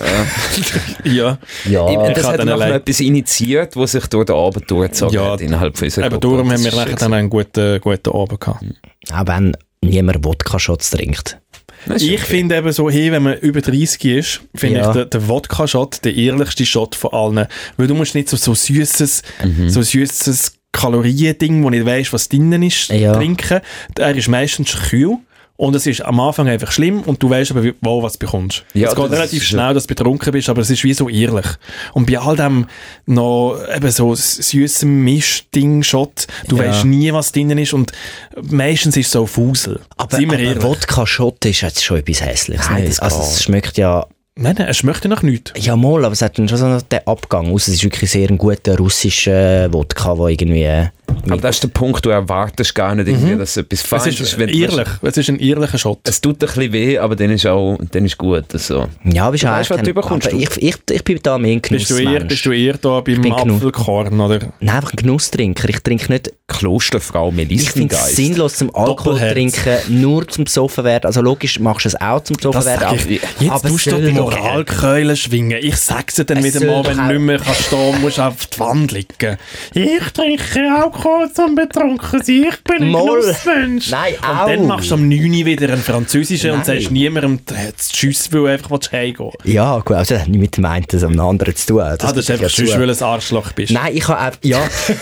äh, Ja, Ja. eben, ich das habe hat dann nachher allein- etwas initiiert, was sich durch den Abend durchgezogen Ja, hat innerhalb von unserer aber Gruppe. darum Das haben wir ist nachher schön dann einen guten, guten Abend gehabt. Auch wenn niemand Wodka-Shots trinkt. Das ist Ich okay. finde eben so, hey, wenn man über dreißig ist, finde Ja. ich den, den Wodka-Shot der ehrlichste Shot von allen. Weil du musst nicht so, so süßes, Mhm. so süßes Kalorien-Ding, wo nicht weißt, was drinnen ist, Ja. trinken. Er ist meistens kühl. Und es ist am Anfang einfach schlimm und du weißt aber, wie- wo was du bekommst. Ja, es geht das relativ ist- schnell, dass du betrunken bist, aber es ist wie so ehrlich. Und bei all dem noch eben so süßem Mischding-Shot, du Ja. weißt nie, was drinnen ist und meistens ist es so Fusel. Aber, Seien wir aber ehrlich. Wodka-Shot ist jetzt schon etwas Hässliches. Nein, nicht? das Also geht. es schmeckt ja... Nein, nein, es schmeckt ja nach nichts. Ja mal, aber es hat dann schon so den Abgang. Ausser es ist wirklich sehr ein guter russischer Wodka, der irgendwie... äh, Aber das ist der Punkt, du erwartest gar nicht, irgendwie, dass etwas Es Feines ist wenn du- ehrlich. Es ist ein ehrlicher Shot. Es tut ein bisschen weh, aber dann ist auch dann ist gut. Also. Ja, aber, ist Du auch weißt, was kein- du überkommst, aber du. ich, ich, ich bin da mehr ein Bist du, eher, Genussmensch. bist du eher da beim bin Genuss- Apfelkorn, oder? Nein, einfach ein Genusstrinker. Ich trinke nicht Klosterfrau Ich finde Melissengeist. es sinnlos, zum Alkohol Doppelherz. trinken, nur zum Besoffen werden. Also logisch machst du es auch zum Besoffen Das werden. sag ich. Jetzt aber tust du soll die doch- Moralkeule schwingen. Ich sag's dir dann Es wieder soll mal, doch wenn auch- du nicht mehr kannst stehen musst du auf die Wand liegen. Ich trinke Alkohol zum Betrunken sein. Ich bin ein Moll. Genussmensch. Nein, Und auch. dann machst du am neun Uhr wieder einen französischen und Nein. sagst niemandem das Tschüss, weil du einfach heimgehen willst. Ja, gut, also das hat nichts mit dem einen das am anderen zu tun. Ah, das ist gibt einfach ja sonst, zu. weil du ein Arschloch bist. Nein, ich habe auch, ja.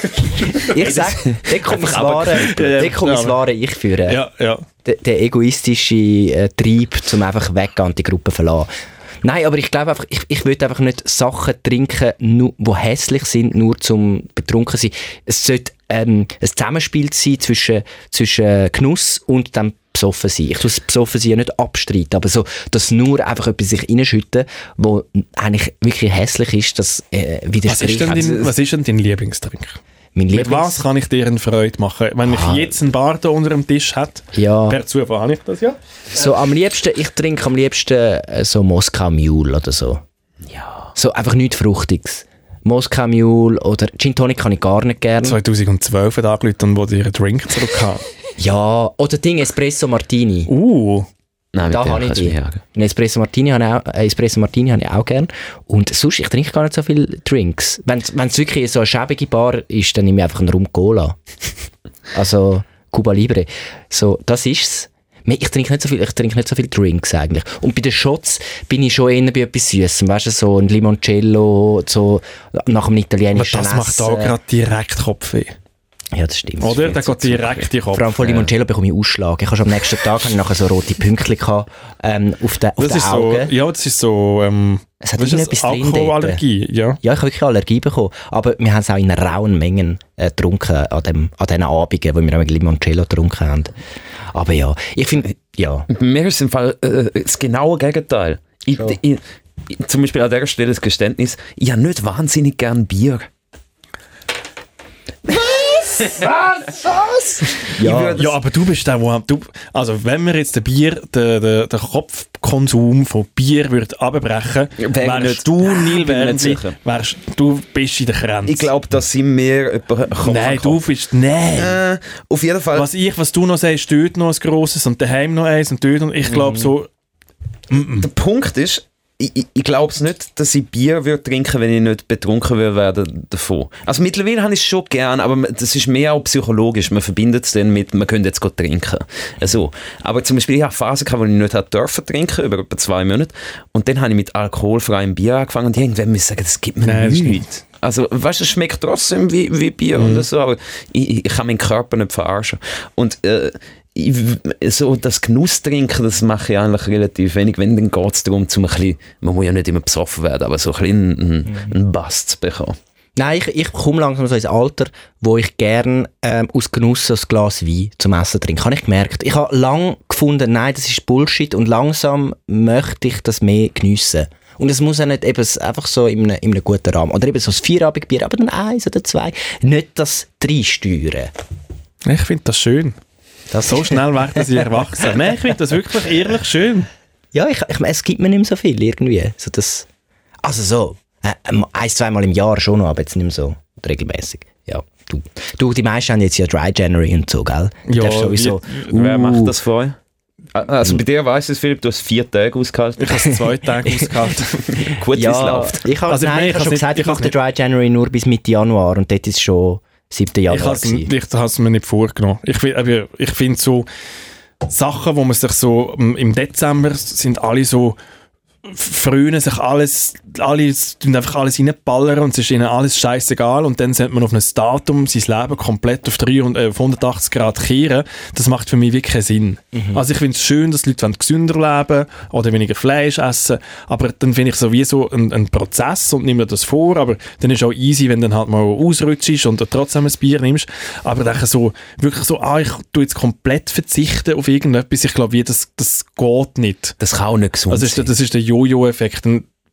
Ich sag, da kommt das wahre, da kommt das wahre Ich führen. Ja, ja. Der, der egoistische äh, Trieb, um einfach weggehen und die Gruppe zu verlassen. Nein, aber ich glaube einfach, ich, ich will einfach nicht Sachen trinken, nur, die hässlich sind, nur zum betrunken sein. Es sollte ähm, ein Zusammenspiel sein zwischen, zwischen Genuss und dem besoffen sein. Ich tue das besoffen sein ja nicht abstreiten, aber so, dass nur einfach etwas sich reinschütten, wo eigentlich wirklich hässlich ist, das äh, Was widerspricht. ist, denn dein, was ist denn dein Lieblingstrink? Mein Mit Lieblings- was kann ich dir eine Freude machen? Wenn ich Ah. jetzt einen Bar da unter dem Tisch hätte, Ja. per Zufall habe ich das ja. So am liebsten, ich trinke am liebsten äh, so Moskau Mule oder so. Ja. So einfach nichts Fruchtiges. Moskau Mule oder Gin Tonic kann ich gar nicht gerne. zweitausendzwölf hat angerufen, wo die ihren Drink zurück haben. Ja, oder Ding Espresso Martini. Uh, Nein, mit Da dem habe ich kannst du mich die. jagen. Ein Espresso Martini habe ich auch, äh, Espresso Martini habe ich auch gern. Und sonst, ich trinke gar nicht so viele Drinks. Wenn es wirklich so eine schäbige Bar ist, dann nehme ich einfach einen Rum Cola. Also Cuba Libre. So, das ist's. Ich trinke nicht so viel, ich trinke nicht so viel Drinks eigentlich. Und bei den Shots bin ich schon eher bei etwas Süßem. Weißt du, so ein Limoncello, so nach einem aber italienischen das macht Essen. da gerade direkt Kopfweh. Ja, das stimmt. Oder? Das Der geht direkt in den Kopf. vor allem von Limoncello bekomme ich Ausschlag. Ich habe schon am nächsten Tag habe ich nachher so rote Pünktchen gehabt, ähm, auf den, auf Das den ist so, Augen. ja, das ist so, ähm, Es hat was ist das? irgendetwas drin dort. Alkoholallergie, ja. Ja, ich habe wirklich Allergie bekommen. Aber wir haben es auch in rauen Mengen äh, getrunken an, dem, an diesen Abenden, wo wir auch mit Limoncello getrunken haben. Aber ja, ich finde, ja. Bei mir ist es im Fall äh, das genaue Gegenteil. Ich, So. ich, ich, zum Beispiel an dieser Stelle das Geständnis, ich habe nicht wahnsinnig gern Bier. Ja, Ja, aber du bist der, wo, du, also wenn wir jetzt den Bier, den, den, den Kopfkonsum von Bier würde abbrechen, Wäre wärst nicht- du, Neil bin nicht Wernli, sicher. wärst du bist in der Grenze. Ich glaube, dass sie mir jemand Nein, du bist, nein. Äh, auf jeden Fall. Was ich, was du noch sagst, dort noch ein grosses und daheim noch eins und dort und ich glaube so, Der Punkt ist, ich, ich, ich glaube es nicht, dass ich Bier würde trinken, wenn ich nicht betrunken würde werden davon. Also mittlerweile habe ich es schon gern, aber das ist mehr auch psychologisch. Man verbindet es dann mit, man könnte jetzt gut trinken. Also, aber zum Beispiel, ich hatte Phasen, wo ich nicht hat dürfen trinken, über etwa zwei Monate. Und dann habe ich mit alkoholfreiem Bier angefangen und irgendwann muss ich sagen, das gibt mir Nein, das nichts. Also, weißt du, es schmeckt trotzdem wie, wie Bier Mhm. oder so, aber ich, ich kann meinen Körper nicht verarschen. Und äh, ich, so das Genusstrinken, das mache ich eigentlich relativ wenig. Wenn, dann geht es darum, zum ein bisschen, man muss ja nicht immer besoffen werden, aber so ein bisschen einen, einen Bass zu bekommen. Nein, ich, ich komme langsam so ins Alter, wo ich gern ähm, aus Genuss ein Glas Wein zum Essen trinke. Habe ich gemerkt. Ich habe lange gefunden, nein, das ist Bullshit und langsam möchte ich das mehr geniessen. Und es muss auch nicht eben einfach so in einem, in einem guten Rahmen. Oder eben so ein Vierabendbier, aber dann eins oder zwei. Nicht das Reinsteuern. ich finde das schön. Das So schnell werden sie erwachsen. Nein, ich finde das wirklich ehrlich schön. Ja, ich, ich, es gibt mir nicht mehr so viel irgendwie. So das, also so, äh, ein, zweimal im Jahr schon noch, aber jetzt nicht mehr so regelmäßig. Ja, du, du, die meisten haben jetzt ja Dry January und so, gell? Du Ja, darfst sowieso. Wer Uh, macht das vor euch? Also bei dir weiss es, Philipp, du hast vier Tage ausgehalten. Ich habe es zwei Tage ausgehalten. Gut, wie es Ja, läuft. ich habe Also, also, nein, ich hab has schon nicht- gesagt, ich ich mache has den Dry January nur bis Mitte Januar und dort ist es schon siebten Ich Januar. habe gewesen. es mir nicht vorgenommen. Ich, find- aber ich finde so Sachen, wo man sich so ähm, im Dezember sind alle so frönen sich alles, alle tun einfach alles reinballern und es ist ihnen alles scheißegal und dann sollte man auf ein Datum sein Leben komplett auf, drei und, äh, auf hundertachtzig Grad kehren. Das macht für mich wirklich keinen Sinn. Mhm. Also ich finde es schön, dass die Leute gesünder leben oder weniger Fleisch essen, aber dann finde ich so wie so ein, ein Prozess und nehme mir das vor, aber dann ist auch easy, wenn dann halt mal ausrutschst und dann trotzdem ein Bier nimmst, aber dann so, wirklich so, ah, ich tue jetzt komplett verzichten auf irgendetwas, ich glaube, wie das, das geht nicht. Das kann auch nicht gesund Also ist, sein. das ist der Jojo-Effekt. Dann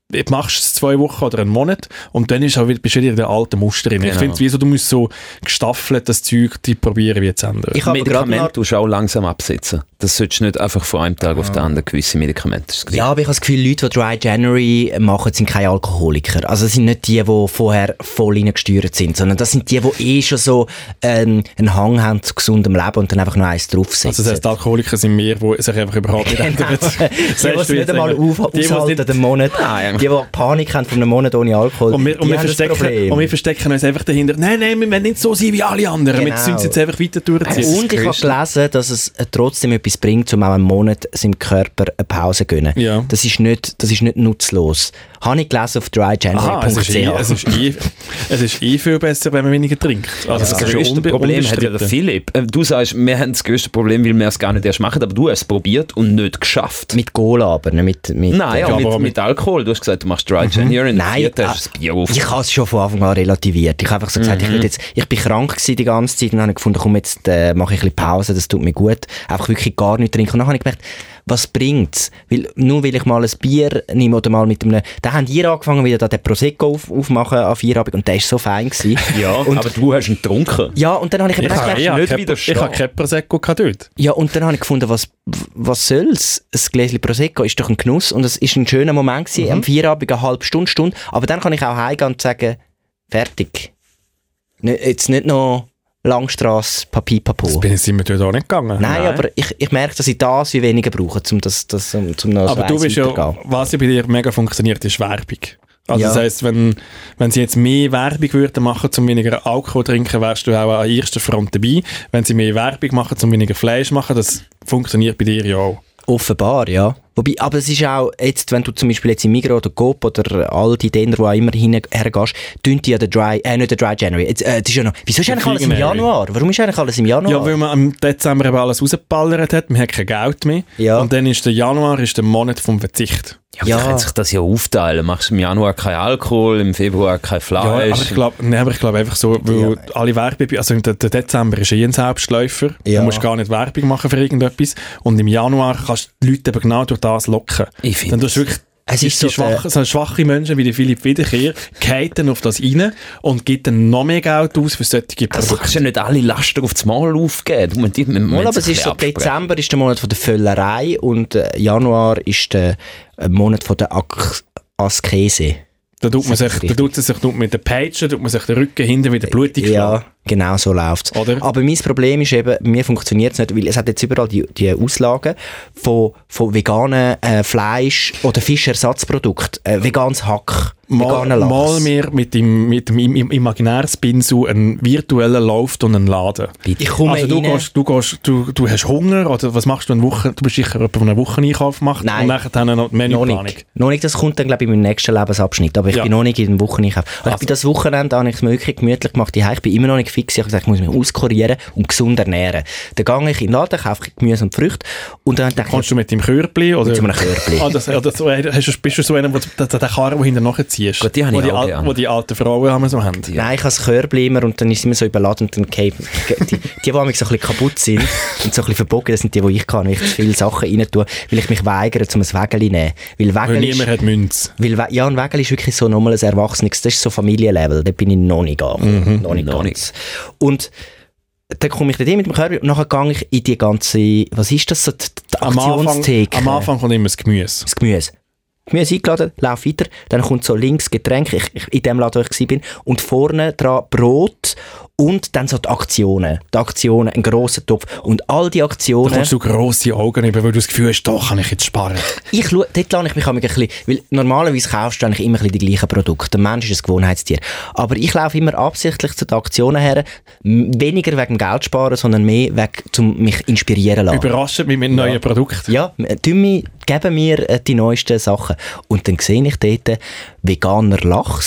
du machst es zwei Wochen oder einen Monat und dann ist auch wieder, bist du wieder in den alten Muster drin. Genau. Ich finde, wie so, du musst so gestaffelt das Zeug die probieren wie zu ändern. Ich habe gerade Medikamente noch- tust du auch langsam absetzen. Das solltest du nicht einfach von einem Tag auf den anderen gewisse Medikamente. Das ist das Ja, aber ich habe das Gefühl, Leute, die Dry January machen, sind keine Alkoholiker. Also das sind nicht die, die vorher voll reingesteuert sind, sondern das sind die, die eh schon so ähm, einen Hang haben zu gesundem Leben und dann einfach noch eins draufsetzen. Also das heisst, die Alkoholiker sind mehr, die sich einfach überhaupt nicht ändern. Die, die es nicht einmal auf, Die, die aushalten, nicht- den Monat. Ah, Die, die Panik haben von einem Monat ohne Alkohol. Und wir, und, die wir haben das verstecken, Problem. und wir verstecken uns einfach dahinter, nein, nein, wir wollen nicht so sein wie alle anderen, wir Genau. müssen es jetzt einfach weiter durchziehen. Und ich habe gelesen, dass es äh, trotzdem etwas bringt, um auch einen Monat seinem Körper eine Pause zu gönnen. Ja. Das ist nicht, das ist nicht nutzlos. Habe ich gelesen auf dry january Aha, punkt es ist, c eh, h. es, ist eh, es ist eh viel besser, wenn man weniger trinkt. Also Das das ist schon grösste unbe- Problem hat ja der unbestritten. Philipp. Äh, Du sagst, wir haben das grösste Problem, weil wir es gar nicht erst machen, aber du hast es probiert und nicht geschafft. Mit Cola aber, nicht mit... mit Nein, äh, auch aber mit, mit- mit Alkohol. Du hast gesagt, du machst Dry January und Nein, vierte äh, hast du das Bier auf. Ich habe es schon von Anfang an relativiert. Ich habe einfach so gesagt, ich, will jetzt, ich bin krank gewesen die ganze Zeit und dann habe ich gefunden, komm, jetzt äh, mache ich ein bisschen Pause, das tut mir gut. Einfach wirklich gar nicht trinken. Und dann habe ich gemerkt, was bringt's? Weil, nur weil ich mal ein Bier nehme oder mal mit einem... Da haben die angefangen, wieder da den Prosecco auf, aufmachen an Feierabend und der war so fein gewesen. Ja, und, aber du hast ihn getrunken. ja, und dann habe ich aber Ich dann habe gemerkt, ich habe nicht kein- widerstehen. ich habe kein Prosecco gehabt dort. ja, und dann habe ich gefunden, was, was soll's? Ein Gläschen Prosecco ist doch ein Genuss und es ist ein schöner Moment gewesen, Mhm. am Feierabend, eine halbe Stunde, Stunde. Aber dann kann ich auch heimgehen und sagen, fertig. Nicht, jetzt nicht noch Langstrasse, Papipapo. Das bin ich sind wir dort auch nicht gegangen. Nein, aber ich, ich merke, dass ich das wie weniger brauche, um das, das, um, um noch Aber so du eins bist ja, weiterzugehen. was ja bei dir mega funktioniert, ist Werbung. Also Ja. das heisst, wenn, wenn sie jetzt mehr Werbung würden machen, um weniger Alkohol zu trinken, wärst du auch an erster Front dabei. Wenn sie mehr Werbung machen, um weniger Fleisch zu machen, das funktioniert bei dir ja auch. Offenbar, ja. Wobei, aber es ist auch, jetzt, wenn du zum Beispiel jetzt im Migros oder Coop oder all die Däner, wo auch immer hin, hergehst, tun die ja den Dry, äh, nicht den Dry January. Jetzt, äh, das ist ja noch, wieso ist Der eigentlich alles im January. Januar? Warum ist eigentlich alles im Januar? Ja, weil man im Dezember eben alles rausgeballert hat, man hat kein Geld mehr. Ja. Und dann ist der Januar ist der Monat vom Verzicht. Ja, Ja. ja. kann sich das ja aufteilen. Machst im Januar kein Alkohol, im Februar kein Ja, Fleisch. aber ich glaube nee, aber ich glaub einfach so, weil alle Werbung, also der, der Dezember ist eh ein Selbstläufer, Ja. du musst gar nicht Werbung machen für irgendetwas und im Januar kannst du die Leute eben genau durch das locken. Ich finde Dann tust du wirklich Es die, ist die so schwache, so schwache Menschen wie die Philipp Wiederkehr gehen dann auf das rein und gibt dann noch mehr Geld aus für solche Also, du Produkte. kannst ja nicht alle Laster auf das Mal aufgeben. Du musst die, man, Mal, aber es ist so, Dezember ist der Monat von der Völlerei und äh, Januar ist der äh, Monat von der Ak Askese. Da tut man Sag sich, ich da tut man sich tut mit den Peitschen, tut man sich den Rücken hinten wieder blutig Ja, schlagen. genau so läuft's. Oder? Aber mein Problem ist eben, mir funktioniert es nicht, weil es hat jetzt überall die, die Auslagen von, von veganen äh, Fleisch- oder Fischersatzprodukten, äh, veganes Hack, Mal, veganer Lachs. mal mehr mit dem, mit dem im, im Imaginärspinsel einen virtuellen Lauf und einen Laden. Ich komme Also du, rein- gehst, du, gehst, du, du hast Hunger oder was machst du eine Woche? Du bist sicher jemand, der eine Wocheneinkauf macht Nein. und nachher dann noch die Noch Menüplanung. nicht. noch nicht, das kommt dann glaube ich in meinem nächsten Lebensabschnitt, aber ich Ja. bin noch nicht in den Wocheneinkauf. Also, ich bin das Wochenende habe ich es mir wirklich gemütlich gemacht, die ich bin immer noch nicht fix, ich habe gesagt, ich muss mich auskurieren und gesund ernähren. Dann gehe ich in den Laden, kaufe ich Gemüse und Früchte und dann denke Kommst ich, du mit deinem Körbli? Oder? mit so einem Körbli. Ah, das, oder so, hast du, bist du so einer, wo du den Karren hinten nachziehst? Gut, die habe wo ich die, auch al- gern. wo die alten Frauen haben so haben. Nein, ich habe das Körbli immer und dann ist es immer so überladen und dann gehen die, die, die manchmal so ein bisschen kaputt sind und so ein bisschen verbogen, das sind die, die ich kann, weil ich zu viele Sachen rein tue, weil ich mich weigere, um ein Wägeli zu nehmen. Weil Weil Wägeli ist, niemand hat Münze. weil, We- ja, ein Wägeli ist wirklich so nochmal ein Erwachsenes, das ist so Familienlevel, da bin ich noch nicht angekommen, Mhm. noch nicht Noch ganz. Und dann komme ich dort hin mit dem Körbli und nachher gehe ich in die ganze, was ist das, so die, die Am Anfang, Aktionstheke. am Anfang kommt immer das Gemüse. Das Gemüse. Gemüse eingeladen, lauf weiter, dann kommt so links Getränk, ich, ich, in dem Laden, wo ich war, und vorne dran Brot und dann so die Aktionen. Die Aktionen, ein grosser Topf und all die Da Aktionen. kommst du grosse Augen über, weil du das Gefühl hast, da kann ich jetzt sparen. Ich schau, dort lerne ich mich ein bisschen, weil normalerweise kaufst du eigentlich immer ein bisschen die gleichen Produkte. Der Mensch ist ein Gewohnheitstier. Aber ich laufe immer absichtlich zu den Aktionen her, m- weniger wegen dem Geld sparen, sondern mehr wegen, um mich inspirieren zu lassen. Überraschend mit mit neuen Produkten. Ja, tun mir, geben mir äh, die neuesten Sachen. Und dann sehe ich dort veganer Lachs,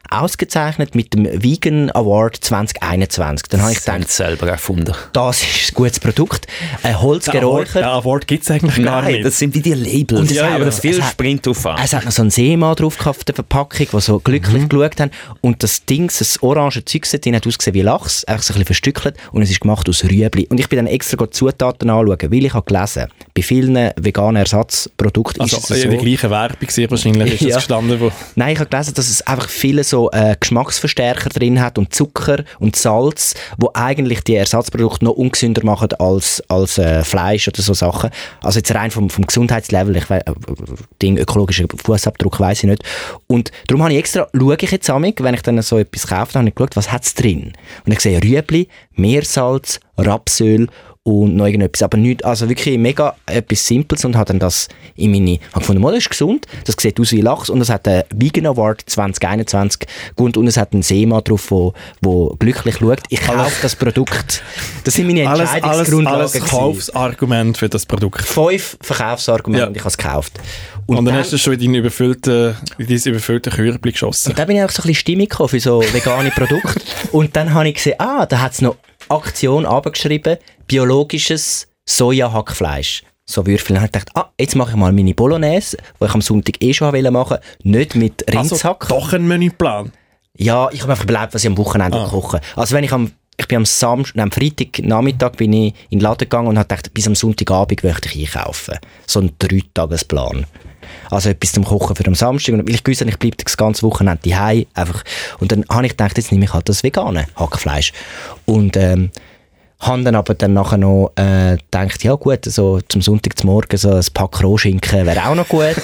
ausgezeichnet mit dem Vegan Award zwanzig einundzwanzig. Dann habe ich gedacht, selber erfunden. das ist ein gutes Produkt. Ein Holz geräuchert. Den Award gibt es eigentlich gar Nein, nicht. das sind wie die Labels. Und es ja, hat- aber es- viel es hat- springt drauf an. Es hat noch so einen Seemann drauf gehabt auf der Verpackung, der so glücklich Mhm. geschaut hat. Und das Ding, das orange Zeug drin hat ausgesehen wie Lachs, einfach so ein bisschen verstückelt. Und es ist gemacht aus Rüebli. Und ich bin dann extra die Zutaten anschauen, weil ich habe gelesen, bei vielen veganen Ersatzprodukten Also ist es in so. der gleichen Werbung sehr wahrscheinlich ist Ja. das gestanden, wo Nein, ich habe gelesen, dass es einfach viele so äh, Geschmacksverstärker drin hat und Zucker und Salz, wo eigentlich die Ersatzprodukte noch ungesünder machen als, als äh, Fleisch oder so Sachen. Also jetzt rein vom, vom Gesundheitslevel, ich weiss, äh, Ding, ökologischer Fußabdruck weiss ich nicht. Und darum habe ich extra, schaue ich jetzt amig, wenn ich dann so etwas kaufe, dann habe ich geschaut, was hat es drin. Und ich sehe Rüebli, Meersalz, Rapsöl und noch irgendetwas, aber nicht, also wirklich mega etwas Simples und habe dann das in meine, habe gefunden, mal, das ist gesund, das sieht aus wie Lachs und es hat einen Vegan Award zwanzig einundzwanzig gewonnen und es hat einen Seemann drauf, wo, wo glücklich schaut. Ich kaufe das Produkt. Das sind meine alles, alles, Entscheidungsgrundlagen. alles gewesen. Kaufsargument für das Produkt. Fünf Verkaufsargumente Ja. und ich habe es gekauft. Und, dann, dann hast du schon in dein überfüllte, in dein überfüllte Körbchen geschossen. Und da bin ich auch so ein bisschen stimmig gekommen für so vegane Produkte. Und dann habe ich gesehen, ah, da hat es noch Aktion abgeschrieben, biologisches Soja-Hackfleisch. So Würfel. Dann habe ich gedacht, ah, jetzt mache ich mal meine Bolognese, die ich am Sonntag eh schon machen wollte, nicht mit Rindshack. Also doch ein Menüplan. Ja, ich habe mir einfach überlegt, was ich am Wochenende Ah. koche. Also wenn ich am ich bin am Samstag, am Freitagnachmittag bin ich in den Laden gegangen und habe gedacht, bis am Sonntagabend möchte ich einkaufen. So ein Dreitagesplan. Also etwas zum Kochen für am Samstag. Und weil ich gewusst habe, ich bleibe das ganze Wochenende daheim einfach. Und dann habe ich gedacht, jetzt nehme ich halt das vegane Hackfleisch. Und ähm, habe dann aber dann nachher noch äh, gedacht, ja gut, so zum Sonntag zum Morgen so ein Pack Rohschinken wäre auch noch gut.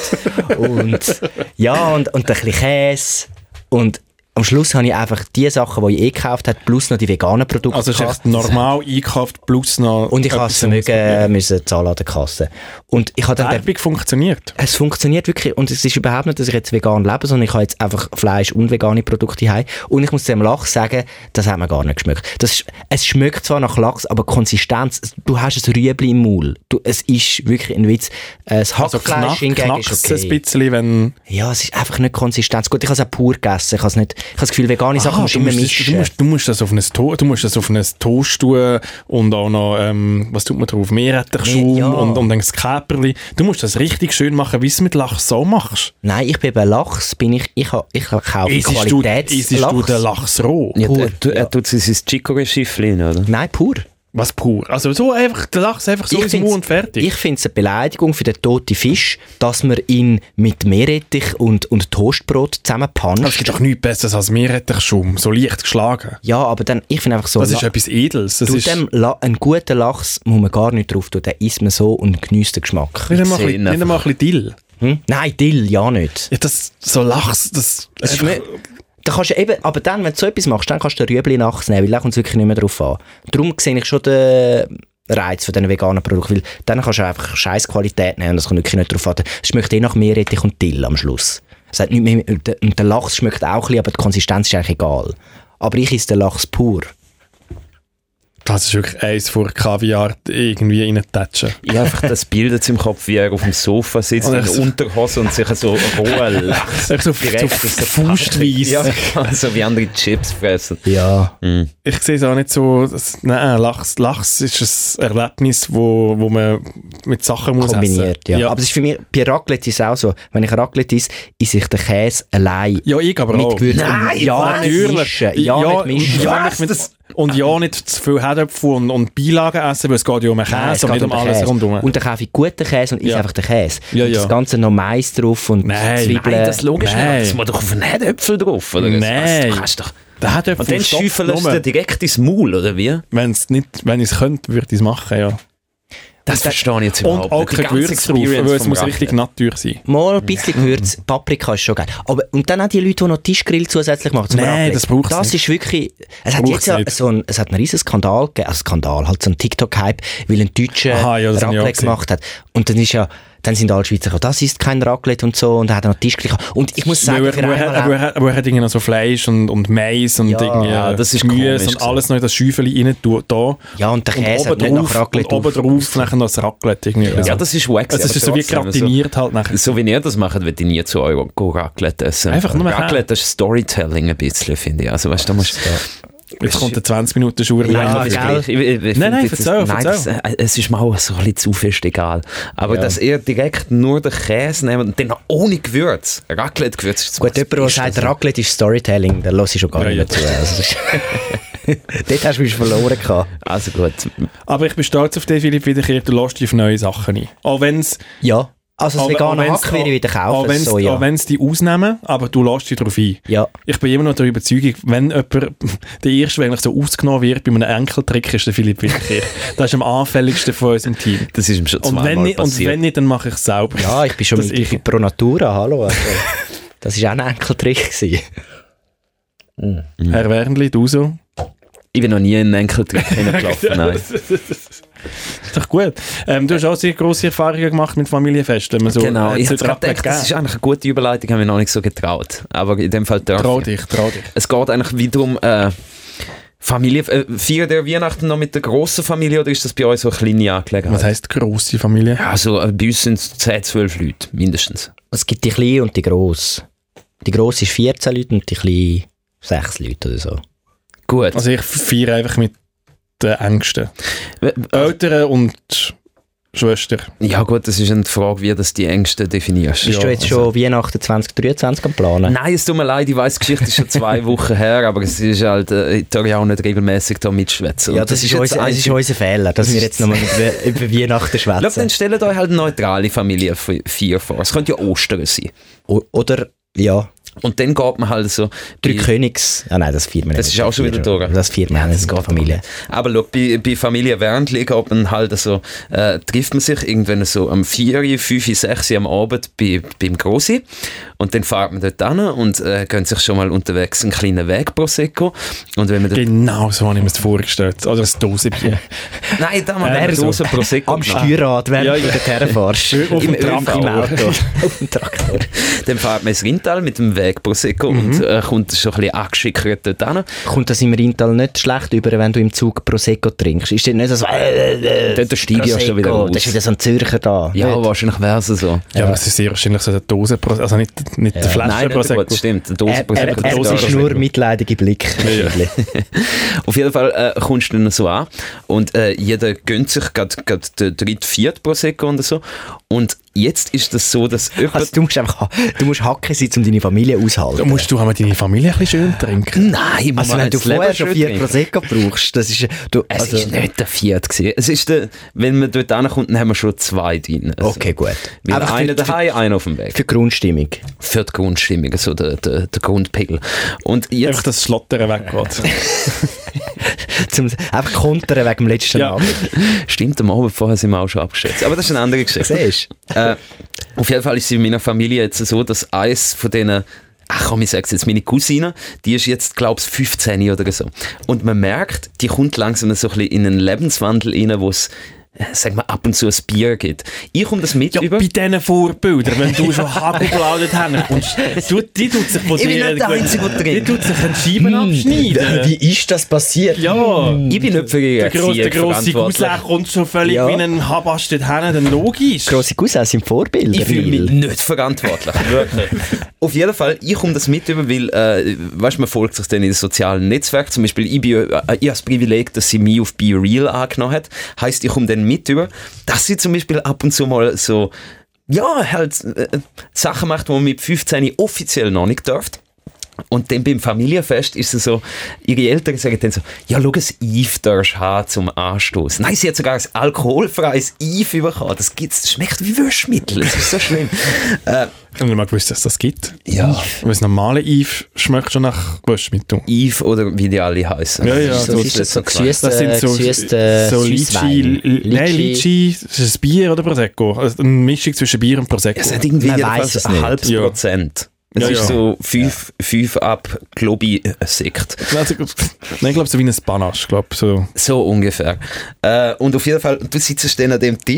und ja, und, und ein bisschen Käse. Und am Schluss habe ich einfach die Sachen, die ich eh gekauft habe, plus noch die veganen Produkte Also es ist gehabt. echt normal eingekauft plus noch... Und ich habe es mögen müssen zahlen an der Kasse. Und ich habe Die dann Werbung funktioniert. es funktioniert wirklich und es ist überhaupt nicht, dass ich jetzt vegan lebe, sondern ich habe jetzt einfach Fleisch und vegane Produkte heim. Und ich muss dem Lachs sagen, das hat mir gar nicht geschmeckt. Das ist, es schmeckt zwar nach Lachs, aber Konsistenz, du hast ein Rüebli im Maul. Du, es ist wirklich ein Witz. Äh, Das Also Hackfleisch knack, hingegen ist knackst okay. ein bisschen, wenn... Ja, es ist einfach nicht Konsistenz. Gut, ich habe es auch pur gegessen. Ich habe es nicht, ich habe das Gefühl, vegane Sachen Ah, musst du, du immer musst das, mischen. du, musst, du musst das auf ein To- du musst das auf ein Toast tun und auch noch, ähm, was tut man drauf? Meerrettichschaum Ja. und, und dann das Käperli. Du musst das richtig schön machen, wie du es mit Lachs so machst. Nein, ich bin eben Lachs, bin ich, ich, ha- ich kaufe Isst du, Qualitätslachs. isst du den Lachs roh? Ja, pur, er, tu- ja. er tut es in sein Chicorée-Schiffchen, oder? Nein, pur. Was pur? Also so einfach, der Lachs einfach so ins find's- Mund und fertig. Ich finde es eine Beleidigung für den toten Fisch, dass man ihn mit Meerrettich und, und Toastbrot zusammenpanscht. Es gibt doch nichts Besseres als Meerrettichschaum, so leicht geschlagen. Ja, aber dann, ich finde einfach so, Das ist La- etwas Edels. Das du, ist dem La- einen guten Lachs muss man gar nicht drauf tun, den isst man so und genießt den Geschmack. nicht einmal ein sehe bisschen- ihn nicht einmal ein bisschen Dill. Hm? Nein, Dill, ja nicht. Ja, das, so Lachs, das... Das ist mir- Da kannst du eben, aber dann, wenn du so etwas machst, dann kannst du den Rüebli nachts nehmen, weil da kommt es wirklich nicht mehr drauf an. Darum sehe ich schon den Reiz von diesen veganen Produkten, weil dann kannst du einfach scheiß Qualität nehmen und das kommt wirklich nicht drauf an. Es schmeckt eh nach Meerrettich und Dill am Schluss. Es hat nicht mehr, und der Lachs schmeckt auch ein bisschen, aber die Konsistenz ist eigentlich egal. Aber ich esse den Lachs pur. Das ist wirklich eins vor Kaviar irgendwie reintatschen. Ich habe einfach das Bild jetzt im Kopf, wie er auf dem Sofa sitzt, Und in er der so- Unterhose und sich so rohen Lachs Echt so, so direkt aus der faustweise. Ja, so wie andere Chips fressen. Ja. Ich sehe es auch nicht so, dass, nein, Lachs, Lachs ist ein Erlebnis, wo, wo man mit Sachen muss Kombiniert, essen. ja. Aber es ist für mich, bei Raclette ist es auch so, wenn ich Raclette isse, isse ich den Käse allein. ja, ich aber Mit auch. Gewürzen. Nein, Ja, nicht mischen. Ja, nicht mischen. Ja, nicht mit, und ja, nicht zu viel Herdöpfel und, und Beilagen essen, weil es geht ja um den Nein, es Käse und geht nicht um den alles Käse. rundum. Und dann kaufe ich guten Käse und esse Ja. einfach den Käse. Ja, und ja. das Ganze noch Mais drauf und Nein, Zwiebeln. Nein, das ist logisch Nein. nicht. Das muss doch auf einen Herdöpfel drauf, oder? Nein. Das kannst du doch. Der Herdöpfel Und dann stoppt schäufelst du nur. dir direkt ins Maul, oder wie? Wenn's nicht, wenn ich es könnte, würde ich es machen, ja. Das verstehe ich jetzt überhaupt Und auch nicht. Die kein ganze Gewürz drauf, Experience weil es vom muss Raclette. richtig Natur sein. Mal ein bisschen Gewürz, Paprika ist schon geil. Aber, und dann auch die Leute, die noch Tischgrill zusätzlich machen. zum Nein, Raclette. das braucht's Das nicht. ist wirklich, es hat Braucht's jetzt ja nicht. so ein, es hat einen riesen Skandal gegeben, also Skandal, halt so ein TikTok-Hype, weil ein Deutscher Aha, ja, das habe ich auch Raclette gesehen. gemacht hat. Und dann ist ja, dann sind alle Schweizer gekommen, das ist kein Raclette und so, und er hat noch Tisch gekriegt. Und ich muss sagen, aber, für aber, er, aber, er, aber er hat irgendwie noch so Fleisch und, und Mais und Ja, irgendwie ja, das ist Gemüse komisch und alles noch in das Schäufeli rein tun, da. ja, und der Und Käse hat nicht oben nach drauf, Raclette und oben drauf nachher noch das Raclette irgendwie. Ja, Also, das ist wack. es ist so wie gratiniert halt nachher. So wie ihr das macht, würde ich nie zu euch Raclette essen. Einfach nur Raclette ist Storytelling ein bisschen, finde ich. Also, weißt du, da musst Jetzt kommt eine zwanzig Minuten Schuhe. Ja, rein. gell? Ich, ich, ich Nein, nein, das, erzähl, nein erzähl. das, äh, es ist mir auch so ein bisschen zu fest egal. Aber Ja. dass ihr direkt nur den Käse nehmt und dann noch ohne Gewürz, Raclette-Gewürz ist Gut, jemand, der sagt, Raclette ist Storytelling, dann höre ich schon gar Ja, nicht mehr zu. Also, das ist dort hast du mich verloren gehabt. Also gut. Aber ich bin stolz auf dich, Philipp Wiederkehr, du lässt dich auf neue Sachen ein. Auch wenn es Ja, also das vegane Hack werde ich wieder Auch kaufen, wenn so, ja. es die ausnehmen, aber du lässt dich darauf ein. Ja. Ich bin immer noch der Überzeugung, wenn jemand, der Erste, der eigentlich so ausgenommen wird bei einem Enkeltrick, ist der Philipp Wiederkehr. Das ist am anfälligsten von unserem Team. Das ist ihm schon Und zweimal wenn, nicht, und passiert. wenn nicht, dann mache ich es selber. Ja, ich bin schon Das mit, ich- ich bin pro Natura, hallo. Also, das war auch ein Enkeltrick gewesen. Herr Wernli, du so? Ich bin noch nie in einen Enkeltrick hineingelaufen, nein. Ist doch gut. Ähm, du hast auch sehr grosse Erfahrungen gemacht mit Familienfesten. Wenn man so, Genau, äh, ich so habe gedacht, Raclette das ist gegeben. eigentlich eine gute Überleitung, habe ich noch nicht so getraut. Aber in dem Fall darf Trau ich. dich, trau dich. Es geht eigentlich wiederum, äh, Familie, äh, feiert ihr Weihnachten noch mit der grossen Familie oder ist das bei euch so eine kleine Angelegenheit? Was heisst grosse Familie? Also äh, bei uns sind es zehn, zwölf Leute, mindestens. Es gibt die kleine und die grosse. Die grosse ist vierzehn Leute und die kleine sechs Leute oder so. Gut. Also ich feiere einfach mit den Ängsten. W- Eltern und Schwester. Ja gut, das ist eine Frage, wie du die Ängste definierst. Bist Ja, du jetzt schon Weihnachten zwanzig dreiundzwanzig am Planen? Nein, es tut mir leid, ich weiss, die Geschichte ist schon zwei Wochen her, aber es ist halt, äh, ich darf ja auch nicht regelmäßig da mitschwätzen. Ja, Und das, ist, jetzt unser, das ist einzig- unser Fehler, dass Das wir ist- jetzt nochmal über, über Weihnachten Schau, dann schwätzen. stellt euch halt eine neutrale Familienfeier vor. Es könnte ja Ostern sein. O- Oder, ja, Und dann geht man halt so... drei bei- Königs... Ah nein, das vier wir Das nicht. ist auch schon wieder durch. Das vier wir Ja, nicht das in der geht Familie. Aber schau, bei, bei Familie Wernli geht man halt so, äh, trifft man sich irgendwann so am vier, fünf, sechs am Abend bei, beim Grossi und dann fährt man dort hin und äh, gehen sich schon mal unterwegs einen kleinen Weg Prosecco und wenn man dort... Genau so habe ich mir das vorgestellt. Oder ein Dosenbier. Nein, da haben wir Äh, eine so. Dose Prosecco Am gemacht. Steuerrad, während Ja, du ja. dorthin fährst. Auf Im, dem im, Traktor. Im Auto. Auf dem Traktor. Dann fährt man ins Rindtal mit dem Weg Prosecco und äh, kommt so ein bisschen angeschickert dort hin. Kommt das im Rheintal nicht schlecht über, wenn du im Zug Prosecco trinkst? Ist das nicht so... Äh, Dort steige ich ja schon wieder Prosecco, raus. das ist wieder so ein Zürcher da. Ja, Nicht? wahrscheinlich wäre es so. Ja, aber es ist sehr wahrscheinlich so eine Dose, also nicht, nicht eine Flasche Nein, nicht Prosecco. gut, stimmt. Eine Dose Er, er, Prosecco. er Dose ist Prosecco. nur mitleidige Blick. wahrscheinlich. Auf jeden Fall äh, kommst du dann so an und äh, jeder gönnt sich gerade den dritten, vierten Prosecco und so. Und jetzt ist das so, dass jemand... Also, du musst einfach du musst Hacken sein, um deine Familie auszuhalten. Da musst du einmal deine Familie ein bisschen schön trinken. Nein, Also wenn du vorher schon vier Prosecco brauchst, das ist... Du, Es also, ist nicht der vierte gewesen. Es ist der, wenn man dort ankommt, dann haben wir schon zwei drin. Also, okay, gut. Weil Einfach einer für, für, daheim, einer auf dem Weg. für die Grundstimmung. Für die Grundstimmung, so der, der, der Grundpegel. Und Einfach jetzt... das Schlottern weggeht. Zum, einfach kontern wegen dem letzten Ja. Abend. Stimmt, am Abend vorher sind wir auch schon abgeschätzt. Aber das ist eine andere Geschichte. Siehst du? äh, auf jeden Fall ist es in meiner Familie jetzt so, dass eins von denen, ach komm, ich sag's jetzt, meine Cousine, die ist jetzt, glaube ich, fünfzehn oder so. Und man merkt, die kommt langsam so ein bisschen in einen Lebenswandel rein, wo es, äh, sag mal, ab und zu ein Bier gibt. Ich komme das mit Ja, über. bei diesen Vorbildern, wenn du schon Hagelplaudert hast, du, die tut sich von Ich bin dir... nicht der Einzige, der Die trinkt. tut sich einen Scheiben abschneiden. Wie ist das passiert? Ja. Ich bin nicht für die Der grosse, der Erziehung grosse verantwortlich. Gauslech kommt schon völlig Ja. wie ein Habast dort hin, dann logisch. Grosse Cousins sind Vorbilder. Ich fühle mich Lil. nicht verantwortlich. Wirklich. Auf jeden Fall, ich komme das mit über, weil, äh, weißt, man folgt sich dann in den sozialen Netzwerken. Zum Beispiel, ich, bin, äh, ich habe das Privileg, dass sie mich auf Be Real angenommen hat. Heisst, ich komme dann mit über, dass sie zum Beispiel ab und zu mal so, ja, halt äh, Sachen macht, die man mit fünfzehn offiziell noch nicht darf. Und dann beim Familienfest ist es so, ihre Eltern sagen dann so, ja, schau, ein Eve darfst du haben zum Anstoß. Nein, sie hat sogar ein alkoholfreies Eve bekommen. Das gibt's, das schmeckt wie Wäschmittel. Das ist so schlimm. äh, Ich habe nicht mal gewusst, dass es das gibt. ja, Weil das normale Eve schmeckt schon nach Waschmittel. Eve oder wie die alle heißen. Ja, ja. So, Das ist das so klar. gesüßt, Das sind so, gesüßt, äh, so Süsswein. Litchi, nein, Litchi. Litchi, das ist ein Bier oder Prosecco. Also eine Mischung zwischen Bier und Prosecco. Es hat irgendwie Man jedenfalls weiss es ein nicht. halbes Ja. Prozent. Es Ja, ist ja. so fünf, fünf ab Globi-Sekt. Also, nein, ich glaube, so wie ein Panache, glaube so. So ungefähr. Äh, und auf jeden Fall, du sitzt dann an dem Tisch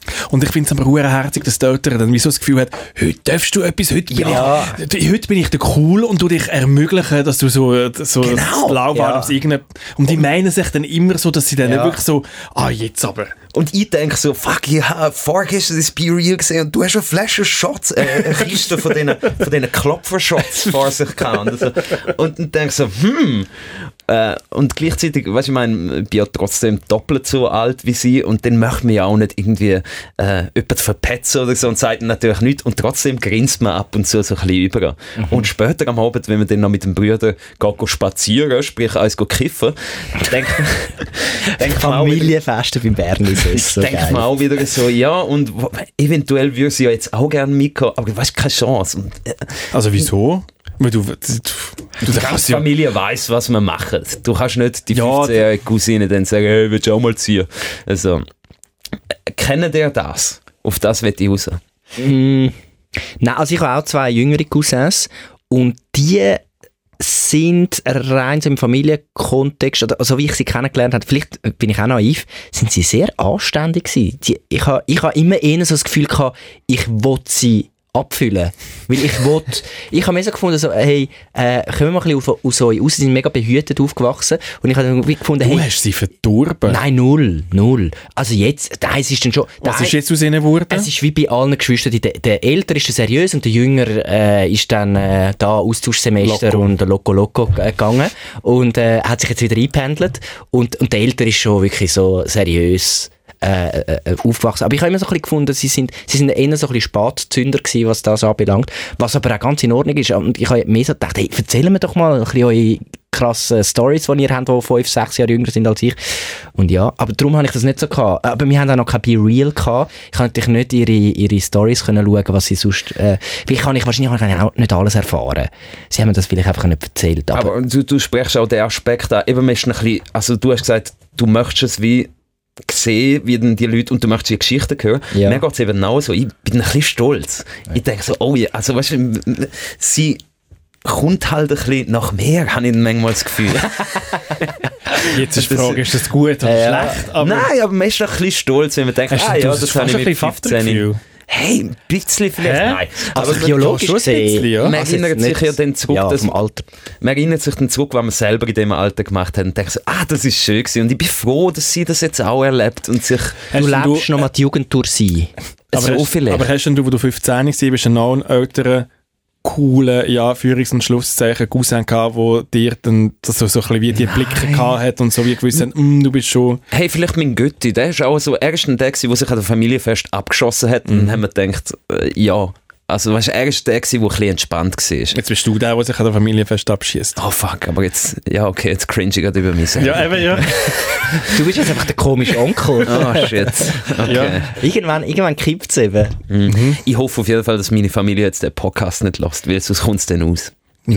Und ich finde es aber verdammt dass die Eltern dann wie so das Gefühl haben, heute darfst du etwas, heute bin, Ja. ich, heute bin ich der Cool und du dich ermöglichen, dass du so, so Genau. lauwarmes Ja. irgendein... Und die meinen sich dann immer so, dass sie dann Ja. wirklich so, ah, jetzt aber. Und ich denke so, fuck, ich habe vorgestern das Be Real gesehen und du hast eine Flasche Shots, äh, eine Kiste von diesen, von diesen Klopfer-Shots vor sich gehabt. Und, so. Und dann denke ich so, hm. Äh, und gleichzeitig, weißt du, ich meine, ich bin ja trotzdem doppelt so alt wie sie und dann möchte man ja auch nicht irgendwie äh, jemanden verpetzen oder so und sagt natürlich nichts und trotzdem grinst man ab und zu so ein bisschen über. Mhm. Und später am Abend, wenn man dann noch mit dem Bruder geht spazieren, sprich eins geht kiffen, denkt denk man auch wieder, Familienfeste beim Bernis ist so denkt geil. man auch wieder so, ja, und wo, eventuell würde sie ja jetzt auch gerne mitkommen, aber du weißt, keine Chance. Und, äh, Also wieso? Weil du, du, du die ganze kannst ja... Familie weiss, was wir machen. Du kannst nicht die Ja, fünfzehnjährige Cousine dann sagen, hey, willst du auch mal ziehen? Also, äh, kennen der das? Auf das will ich raus. Mm, nein, also ich habe auch zwei jüngere Cousins und die sind rein so im Familienkontext, oder so wie ich sie kennengelernt habe, vielleicht bin ich auch naiv, sind sie sehr anständig gewesen. Die, ich habe ich habe immer eher so das Gefühl gehabt, ich will sie abfüllen. Weil ich wollte, ich habe mir so gefunden, so, hey, äh, kommen wir mal ein bisschen auf, aus euch raus, sie sind mega behütet aufgewachsen und ich habe irgendwie gefunden, Du hey, hast sie verdorben. nein, null, null. Also jetzt, nein, es ist dann schon... Was der ist jetzt aus ihnen geworden? Es ist wie bei allen Geschwistern, der, der Ältere ist seriös und der Jüngere äh, ist dann äh, da Austauschsemester Loco. und Loco Loco äh, gegangen und äh, hat sich jetzt wieder eingependelt und, und der Ältere ist schon wirklich so seriös äh, äh, aufgewachsen. Aber ich habe immer so ein bisschen gefunden, sie sind, sie sind eher so ein bisschen Spätzünder gewesen, was das anbelangt, was aber auch ganz in Ordnung ist. Und ich habe mir so gedacht, hey, erzählen wir doch mal ein bisschen eure krassen Stories, die ihr habt, die fünf, sechs Jahre jünger sind als ich. Und ja, aber darum habe ich das nicht so gehabt. Aber wir haben auch noch kein Be Real gehabt. Ich konnte natürlich nicht ihre, ihre Stories können schauen, was sie sonst... Äh, vielleicht kann ich wahrscheinlich auch nicht alles erfahren. Sie haben mir das vielleicht einfach nicht erzählt. Aber, Aber du, du sprichst auch den Aspekt an, eben, man ist ein bisschen, also du hast gesagt, du möchtest es wie sehen, wie denn die Leute, und du möchtest die Geschichten hören. Ja. Mir geht es eben auch so, ich bin ein bisschen stolz. Ja. Ich denke so, oh ja, also weißt du, sie kommt halt ein bisschen nach mehr, habe ich manchmal das Gefühl. Jetzt ist die Frage, ist das gut oder Ja. schlecht? Aber Nein, aber man ist ein bisschen stolz, wenn man denkt, hast ah du ja, das das fast habe ich ein mit bisschen fünfzehn. Vatergefühl? Hey, ein bisschen vielleicht, Hä? nein. also Aber biologisch schon ein gesehen... bisschen, ja. man also jetzt erinnert sich nicht- ja dann zurück, ja, dass, vom Alter. man erinnert sich dann zurück, was man selber in dem Alter gemacht hat und denkt so, ah, das ist schön gewesen. Und ich bin froh, dass sie das jetzt auch erlebt und sich... Hast Du denn lebst noch mal die Jugend durch sein. aber, so hast, vielleicht. aber hast denn du, wo du fünfzehn warst, bist du noch einen älteren, coolen, ja, Führungs- und Schlusszeichen Cousin gehabt, wo dir dann das so, so ein bisschen wie die Blicke gehabt hat und so wie gewusst hat, mm, du bist schon... Hey, vielleicht mein Götti, der ist auch so, er ist dann der gewesen, der sich an der Familienfest abgeschossen hat und dann haben wir gedacht, äh, ja, also weißt, er ist der gewesen, der ein bisschen entspannt war. Jetzt bist du der, der sich an der Familienfest abschießt. Oh fuck, aber jetzt, ja okay, jetzt cringe ich gerade über mich selber. Ja, eben, ja. Du bist jetzt einfach der komische Onkel. Oh shit, okay. Ja. Irgendwann, irgendwann kippt es eben. Mhm. Ich hoffe auf jeden Fall, dass meine Familie jetzt den Podcast nicht lässt, weil sonst kommt es dann aus.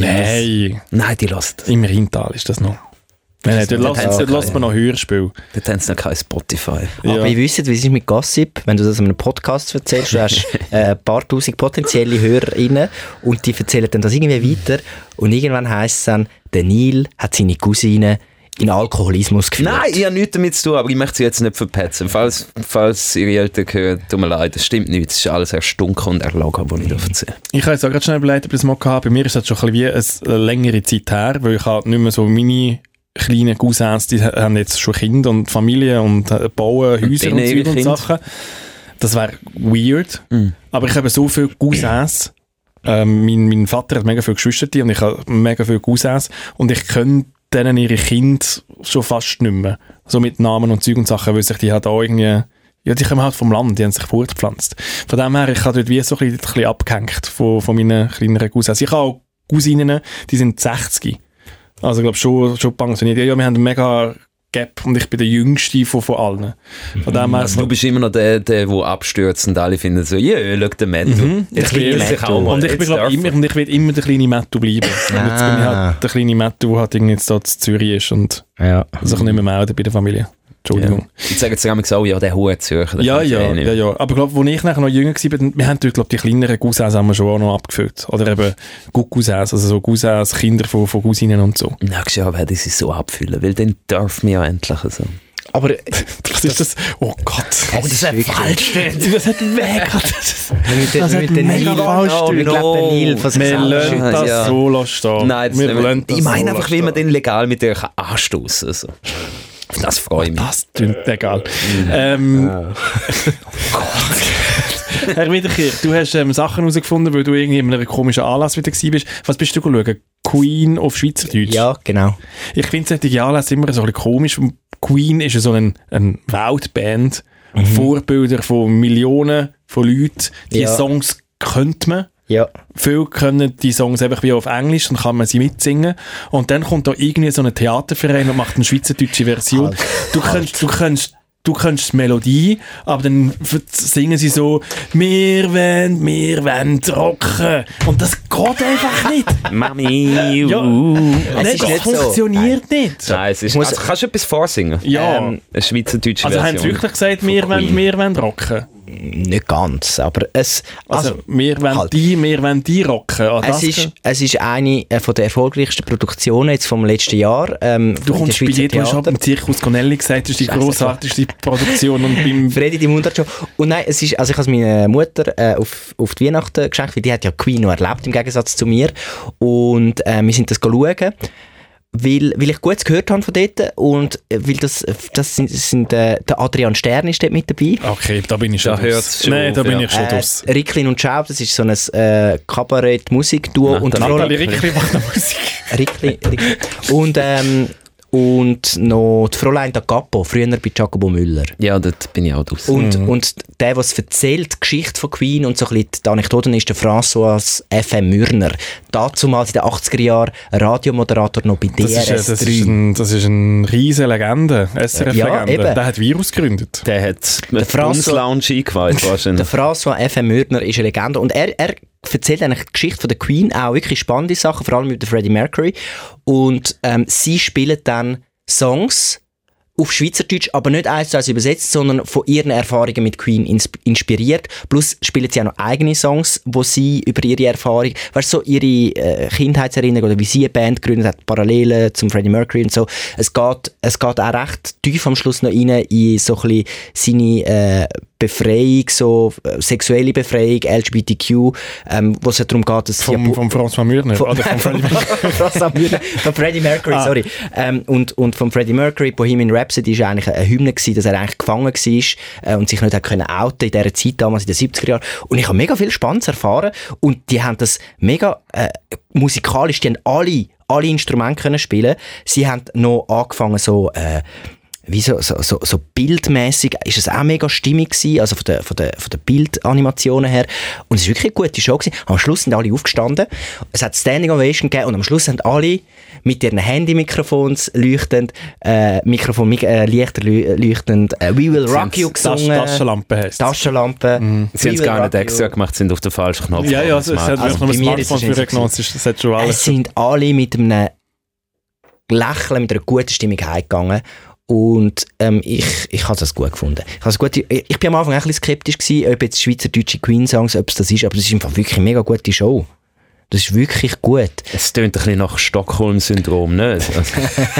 Nein, Nein, die lässt. im Rheintal ist das noch. Nein, nein, dort Dort lässt haben sie lässt man noch Hörspiel. Dort haben sie noch kein Spotify. Ja. Aber ich wüsste, wie es ist mit Gossip, wenn du das in einem Podcast erzählst, du hast äh, ein paar tausend potenzielle HörerInnen und die erzählen dann das irgendwie weiter und irgendwann heisst es dann, der Neil hat seine Cousine in Alkoholismus geführt. Nein, ich habe nichts damit zu tun, aber ich möchte sie jetzt nicht verpetzen. Falls, falls ihre Eltern hören, tut mir leid, das stimmt nicht. Es ist alles erstunken und erlogen, was ich da erzähle. Ich habe jetzt auch gerade schnell überlegt, ob ich das mal gehabt. Bei mir ist das schon ein bisschen wie eine längere Zeit her, weil ich halt nicht mehr so meine kleinen Cousins, die haben jetzt schon Kinder und Familie und äh, bauen Häuser und, denen Zeug ihre und Kinder? Sachen. Das wäre weird. Mhm. Aber ich habe so viele Cousins. Ähm, mein, mein Vater hat mega viele Geschwister und ich habe mega viele Cousins und ich kenne denen ihre Kinder schon fast nicht mehr. So mit Namen und Zeug und Sachen, weil sich die halt auch irgendwie... Ja, die kommen halt vom Land, die haben sich fortgepflanzt. Von dem her, ich habe dort wie so ein bisschen, ein bisschen abgehängt von, von meinen kleineren Cousins. Ich habe auch Cousinen, die sind sechzig. Also ich glaube schon, schon pensioniert. Ja, wir haben einen mega Gap und ich bin der Jüngste von, von allen. Von dem her, Also du bist immer noch der, der, der abstürzt und alle finden so, ja, yeah, schau den Matto. Mhm. Jetzt Ich bin will er sich auch mal. und ich, bin, Jetzt glaub, darf immer, er. und ich will immer der kleine Matto bleiben. Und jetzt bin ich halt der kleine Matto, der halt irgendwie jetzt da in Zürich ist und Ja. sich nicht mehr meldet bei der Familie. Entschuldigung. Ja. Ich sage jetzt manchmal auch, ja, der hohe Zürcher. der Ja, kommt ja, eh nicht. ja, ja. Aber ich glaube, als ich nachher noch jünger war, wir haben dort, glaube die kleineren Cousins haben wir schon auch noch abgefüllt. Oder eben Cousins, also so Cousins, Kinder von, von Cousinen und so. Nächstes Jahr werde ich sie so abfüllen, weil dann darf mir ja endlich so. Aber Was ist das? Oh Gott. oh, das hat falsch stehen. Das hat mega... Das, Das hat mega falsch oh, stehen. Ich glaube, der Nil von sich Wir selber lassen schützt. das Ja. so lassen stehen. Nein, das wir nicht. lassen das Ich meine so einfach, lassen wie man stehen. den legal mit dir anstoßen kann. Also. Das freut mich. Das klingt egal. Ähm, Herr Wiederkehr, du hast ähm, Sachen herausgefunden, weil du irgendwie in einem komischen Anlass wieder gewesen bist. Was bist du schauen? Queen auf Schweizerdeutsch? Ja, genau. Ich finde solche Anlässe immer so ein bisschen komisch. Queen ist ja so eine ein Weltband, Mhm. Vorbilder von Millionen von Leuten. Die Ja. Songs könnte man. Ja. Viele können die Songs einfach wie auf Englisch, dann kann man sie mitsingen. Und dann kommt da irgendwie so ein Theaterverein und macht eine schweizerdeutsche Version. Alter. Du kannst, du kannst, du kannst die Melodie, aber dann f- singen sie so, wir wollen, wir wollen rocken. Und das geht einfach nicht. Mami, Ja. uh. Es Nein, ist das nicht so. funktioniert nicht. Nein, es ist, muss- also, kannst du etwas vorsingen? Ja. Ähm, Eine schweizerdeutsche Also haben sie Version. wirklich gesagt, wir wollen, Queen. wir wollen rocken. Nicht ganz, aber es... Also, Also, wir wollen halt. die, wir wollen die rocken. Ah, das es ist, kann- es ist eine äh, von der erfolgreichsten Produktionen jetzt vom letzten Jahr. Ähm, Du in kommst der bei Schweizer dir, du hast Theater. beim Zirkus Cornelli gesagt, das ist die Scheisse, grossartigste Produktion. Und beim Freddy, die Mundart schon. Und nein, es ist, also ich habe es meiner Mutter äh, auf, auf die Weihnachten geschenkt, weil die hat ja Queen noch erlebt, im Gegensatz zu mir. Und äh, wir sind das schauen, weil, weil ich Gutes gehört habe von dort und äh, weil das, das sind, sind äh, der Adrian Stern ist dort mit dabei. Okay, da bin ich schon Da draus. hört's schon Nein, da auf, bin ja. ich schon Äh, draus. Ricklin und Schaub, das ist so ein äh, Kabarett-Musikduo. Nein, Und der Fräulein- Nathalie Rickli macht noch Musik. Rickli, Rickli. Und, ähm, und noch die Fräulein da Capo, früher bei Jacobo Müller. Ja, dort bin ich auch draus. Und, und der, der es erzählt, die Geschichte von Queen und so ein bisschen die Anekdoten, ist der François F M Mürner. Dazumals in den achtziger Jahren Radiomoderator noch bei D Das R ist, äh, S das, drei. ist ein, das ist eine riesige Legende, S R Ja, F-Legende. eben. Der hat Virus gegründet. Der hat Der den François- Bundeslounge eingeweiht Der wahrscheinlich. François F M Mürner ist eine Legende und er, er erzählt eigentlich die Geschichte von der Queen, auch wirklich spannende Sachen, vor allem mit der Freddie Mercury. Und ähm, sie spielen dann Songs auf Schweizerdeutsch, aber nicht eins zu eins übersetzt, sondern von ihren Erfahrungen mit Queen ins- inspiriert. Plus spielen sie auch noch eigene Songs, wo sie über ihre Erfahrung, weißt du, so ihre äh, Kindheitserinnerungen oder wie sie eine Band gegründet hat, Parallelen zum Freddie Mercury und so. Es geht, es geht auch recht tief am Schluss noch rein in so ein bisschen seine äh, Befreiung, so äh, sexuelle Befreiung, L G B T Q, ähm, wo es ja darum geht, dass Vom, vom François Mürner. Von- Oder vom Freddie Mercury. François Mürner, von Freddie Mercury, Ah. sorry. Ähm, und, und von Freddie Mercury, Bohemian Rhapsody, war eigentlich eine Hymne gewesen, dass er eigentlich gefangen war äh, und sich nicht hat können outen in dieser Zeit damals, in den siebziger Jahren. Und ich habe mega viel Spannendes erfahren und die haben das mega äh, musikalisch, die haben alle, alle Instrumente können spielen. Sie haben noch angefangen so... Äh, wie so, so, so, so bildmäßig ist es auch mega stimmig gewesen, also von der, von der, von der Bildanimationen her. Und es war wirklich eine gute Show gewesen. Am Schluss sind alle aufgestanden, es hat Standing Ovation gegeben und am Schluss haben alle mit ihren Handy-Mikrofons leuchtend, äh, Mikrofon, Mik äh, Lichter leu- leuchtend, äh, We Will Rock You Tas- gesungen. Taschenlampe heisst es. Taschenlampe. Sie haben es We Will gar nicht Rock You. extra gemacht, sind auf den falschen Knopf. Ja, ja, es es hat Also wirklich noch ein bei mir ist es Smartphone nicht so für genommen. Es ist- es hat schon alles. Es sind alle mit einem Lächeln, mit einer guten Stimmung heimgegangen. Und ähm, ich, ich habe das gut gefunden. Ich, habe es gut, ich, ich bin am Anfang auch ein bisschen skeptisch gewesen, ob jetzt schweizerdeutsche Queen-Songs, ob es das ist, aber es ist einfach wirklich eine mega gute Show. Das ist wirklich gut. Es tönt ein bisschen nach Stockholm-Syndrom, nicht? Also,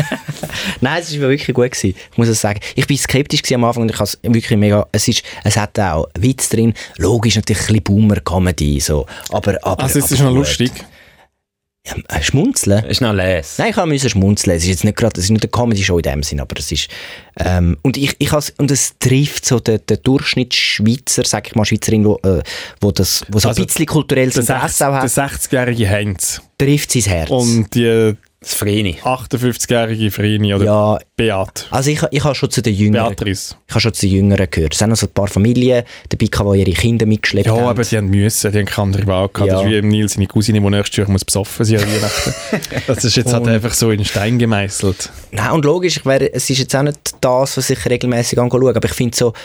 Nein, es war wirklich gut gewesen. Ich muss es sagen. Ich bin skeptisch gewesen am Anfang und ich habe es wirklich mega, es ist, es hat auch Witz drin. Logisch natürlich ein bisschen Boomer-Comedy, so. Aber, aber, Also es aber ist noch gut. lustig. Ja, äh, schmunzeln? ist noch les. Nein, ich habe müssen schmunzeln. Es ist jetzt nicht gerade, es ist nicht eine Comedy-Show in dem Sinn, aber es ist, ähm, und ich, ich has, und es trifft so den, den Durchschnittsschweizer, sag ich mal, Schweizerin, wo, äh, wo das, wo so Also ein bisschen kulturelles Der Interesse auch sechzig- der hat, sechzigjährige Heinz trifft sein Herz. und die Das Vreni. achtundfünfzigjährige Vreni oder ja, Beat. also ich, ich habe schon zu den Jüngeren, Beatrice. ich habe schon zu den Jüngeren gehört. Es sind noch so ein paar Familien dabei gehabt, die ihre Kinder mitgeschleppt Ja, haben. aber die haben müssen, die haben keine andere Wahl gehabt. Ja. Das ist wie im Nils, seine Cousine, die nächstes Jahr muss besoffen sein an Weihnachten. Das ist jetzt halt Und- einfach so in Stein gemeißelt. Nein, und logisch, ich wäre, es ist jetzt auch nicht das, was ich regelmäßig anschaue, aber ich finde so,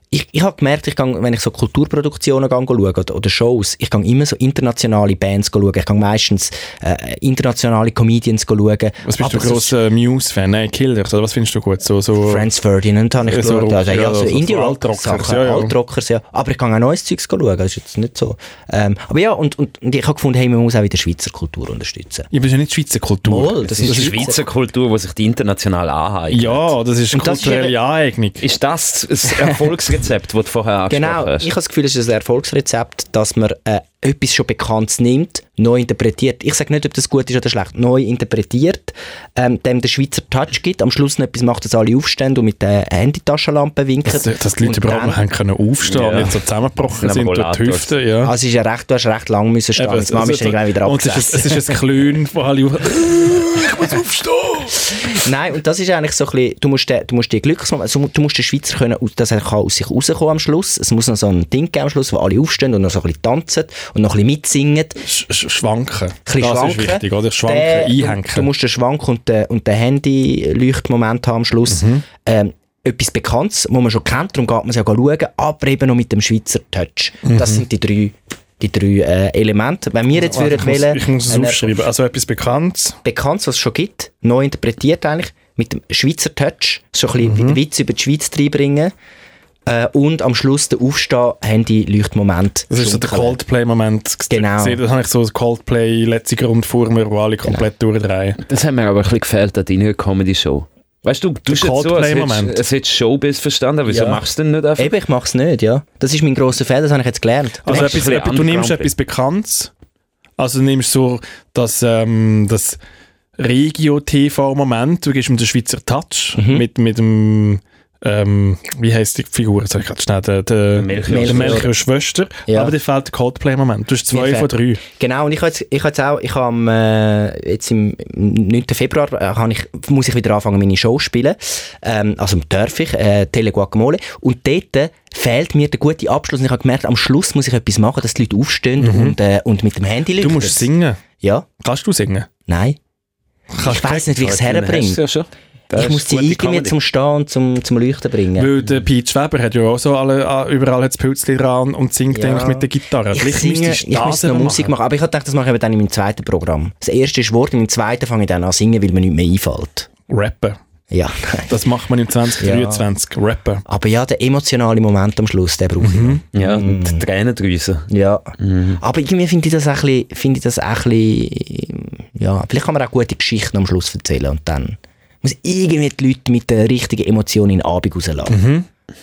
ich, ich habe gemerkt, ich gang, wenn ich so Kulturproduktionen schaue oder, oder Shows, ich gehe immer so internationale Bands schauen. Ich gehe meistens äh, internationale Comedians schauen. Was bist du, grosser Muse-Fan? Nein, Killers, oder was findest du gut? So, so Franz Ferdinand habe ich so geschaut. Also, ja, ja, so so Indie-Rock-Sachen, ja, ja. Alt-Rockers, ja. Aber ich kann auch neues Zeugs schauen, das ist jetzt nicht so. Ähm, aber ja, und, und, und ich habe gefunden, hey, man muss auch wieder Schweizer Kultur unterstützen. Ja, aber das ist ja nicht Schweizer Kultur. Mal, Das ist die Schweizer Kultur, die sich die international anheigt. Ja, das ist eine Und das ist kulturelle eben- Aneignung. Ist das das Erfolgsrezept, das du vorher angesprochen Genau, hast? ich habe das Gefühl, es ist ein Erfolgsrezept, dass man äh, etwas schon Bekanntes nimmt, neu interpretiert. Ich sage nicht, ob das gut ist oder schlecht. Neu interpretiert, ähm, dem den Schweizer Touch gibt. Am Schluss noch etwas macht, dass alle aufstehen und mit der Handytaschenlampe winken. Dass, dass die Leute Und überhaupt dann- noch haben können aufstehen Ja. und nicht so zusammengebrochen Das sind sind durch die Rollators. Hüfte. Ja. Also es ist ja recht, du hast recht lang müssen stehen. Eben, Jetzt Mama ist dann gleich wieder und es ist, abgesessen. ein- es ist ein Klön von alle auf. Ich muss aufstehen! Nein, und das ist eigentlich so ein bisschen, du musst den, du musst den Glücksmoment, also du musst den Schweizer können, dass er kann aus sich rauskommen am Schluss. Es muss noch so ein Ding geben am Schluss, wo alle aufstehen und noch so ein bisschen tanzen und noch ein bisschen mitsingen. Sch sch schwanken. Ein bisschen das schwanken. ist wichtig, oder? Schwanken, Der- einhängen. Du, du musst den Schwank und den, und den Handy-Leuchtmoment haben am Schluss. Mhm. Ähm, etwas Bekanntes, das man schon kennt, darum geht man es ja schauen, aber eben noch mit dem Schweizer Touch. Mhm. Das sind die drei, die drei äh, Elemente. Wenn wir jetzt Warte, würden ich, muss, wählen, ich muss es ein aufschreiben. Also etwas Bekanntes. Bekanntes, was es schon gibt, neu interpretiert eigentlich, mit dem Schweizer Touch, so ein bisschen Mhm. den Witz über die Schweiz reinbringen äh, und am Schluss der Aufstehen, Handy-Leuchtmoment. Das ist so der Coldplay-Moment. Genau. Da habe ich so ein Coldplay, letzte Grundformer, wo alle komplett durchdrehen. Das hat mir aber ein bisschen gefehlt an deiner Comedy-Show. Weißt du, du hast jetzt so, als Coldplay-Moment. hättest- als hättest du Showbiz verstanden, wieso Ja. machst du denn nicht einfach? Eben, ich mache es nicht, ja. Das ist mein grosser Fehler, das habe ich jetzt gelernt. Also machst etwas, ein bisschen etwas, du nimmst Underground. etwas Bekanntes. Also du nimmst so das, ähm, das Regio-T V-Moment, du gibst ihm den Schweizer Touch Mhm. mit, mit dem, ähm, wie heisst die Figur? Jetzt habe ich gerade schnell den, den Melchior. der Melchior Schwester. Ja. Aber dir fehlt der Coldplay-Moment. Du hast zwei Mir von drei. Genau, und ich habe jetzt, ich habe jetzt auch, ich habe am, äh, jetzt im neunten Februar äh, habe ich, muss ich wieder anfangen, meine Show zu spielen. Ähm, also darf ich, äh, Tele Guacamole. Und dort äh, fehlt mir der gute Abschluss. Und ich habe gemerkt, am Schluss muss ich etwas machen, dass die Leute aufstehen und, äh, und mit dem Handy Du leuchten. musst singen. Ja, Kannst du singen? nein. Kannst Ich weiss nicht, wie ich es Dann hast du herbringe. es ja schon. Das Ich ist muss die gute irgendwie Comedy. zum Stehen und zum, zum Leuchten bringen. Weil der Pete Schweber hat ja auch so alle, ah, überall hat das Pilzli dran und singt Ja. eigentlich mit der Gitarre. Ich Vielleicht singe, müsstest du ich das müsste noch eben Musik machen, aber ich habe gedacht, das mache ich eben dann in meinem zweiten Programm. Das erste ist Wort, in meinem zweiten fange ich dann an zu singen, weil mir nichts mehr einfällt. Rappen. Ja, nein. Das macht man im zwanzig dreiundzwanzig. Rappen. Aber ja, der emotionale Moment am Schluss, den brauche ich noch. Ja, und die Tränendrüse. Ja. Aber irgendwie finde ich das auch ein bisschen, finde ich das auch ein bisschen, ja, vielleicht kann man auch gute Geschichten am Schluss erzählen und dann muss irgendwie die Leute mit der richtigen Emotion in den Abend rauslassen.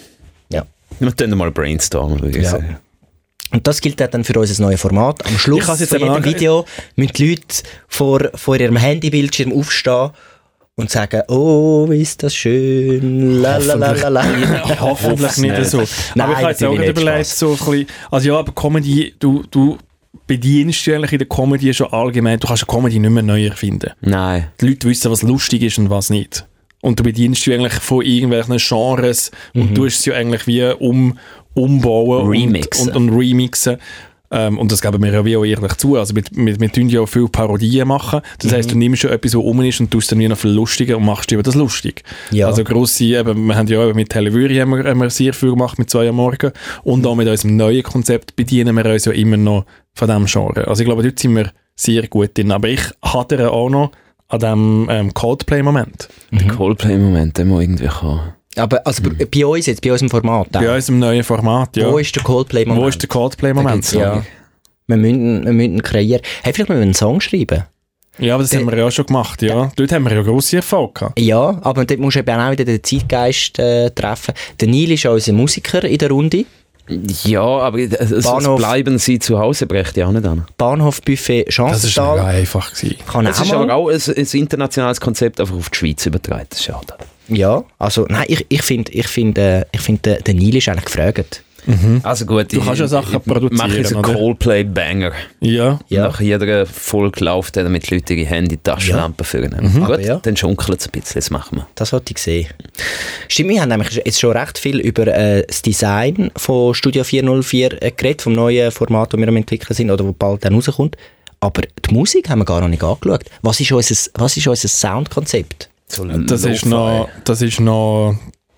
Ja. Wir können mal brainstormen, würde ich Ja. sagen. Und das gilt auch dann für unser neues Format. Am Schluss Ich kann's jetzt von eben jedem ange- Video müssen die Leute vor, vor ihrem Handybildschirm aufstehen und sagen, oh, ist das schön, la la la la la. Hoffentlich nicht so. Nein, aber ich habe jetzt auch natürlich gerade überlegt, nicht, so ein bisschen, also ja, aber Comedy, du, du bedienst dich eigentlich in der Comedy schon allgemein, du kannst eine Comedy nicht mehr neu erfinden. Nein. Die Leute wissen, was lustig ist und was nicht. Und du bedienst dich eigentlich von irgendwelchen Genres und Mhm. du es ja eigentlich wie um, umbauen Remixen. und, und, und remixen. Ähm, und das geben wir ja wie auch ehrlich zu. Also wir, wir, wir tun ja auch viele Parodien machen. Das Mhm. heisst, du nimmst ja etwas, was rum ist und tust dann wie noch viel lustiger und machst über das lustig. Ja. Also grosse, eben, wir haben ja eben mit Televüri haben wir, haben wir sehr viel gemacht mit zwei am Morgen und auch mit unserem neuen Konzept bedienen wir uns ja immer noch von diesem Genre. Also ich glaube, dort sind wir sehr gut drin. Aber ich hadere auch noch an diesem ähm, Coldplay-Moment. Der Coldplay-Moment, der muss irgendwie kommen. Aber also bei uns jetzt, bei unserem Format, Bei auch. unserem neuen Format, ja. Wo ist der Coldplay-Moment? Wo ist der Coldplay-Moment? Ja. Wir müssen, wir müssen ihn kreieren. Hey, vielleicht müssen wir einen Song schreiben. Ja, aber das Der- haben wir ja auch schon gemacht, ja. Dort haben wir ja grosse Erfolg gehabt. Ja, aber dort musst du eben auch wieder den Zeitgeist äh, treffen. Der Neil ist ja unser Musiker in der Runde. Ja, aber es, es Bahnhof. bleiben sie zu Hause, brecht ja auch nicht an. Bahnhof-Buffet Das war mega Schanzental. einfach gewesen. Kann Es auch ist mal. aber auch ein, ein internationales Konzept einfach auf die Schweiz übertragen. Das ist schade. Ja, also nein, ich, ich finde, ich find, äh, ich find, der, der Neil ist eigentlich gefragt. Also gut, Du kannst ja Sachen produzieren, Mache jetzt einen oder? Coldplay-Banger. Ja. Ja. Nach jeder Folge läuft er, damit die Leute ihre Handy-Taschenlampen führen. Gut, Aber ja. dann schunkelt es ein bisschen, das machen wir. Das wollte ich sehen. Stimmt, wir haben nämlich jetzt schon recht viel über äh, das Design von Studio vierhundertvier äh, geredet, vom neuen Format, das wir am entwickeln sind oder wo bald dann rauskommt. Aber die Musik haben wir gar noch nicht angeschaut. Was ist unser, was ist unser Soundkonzept? So ein Das ist Lo-Fi. noch, das ist noch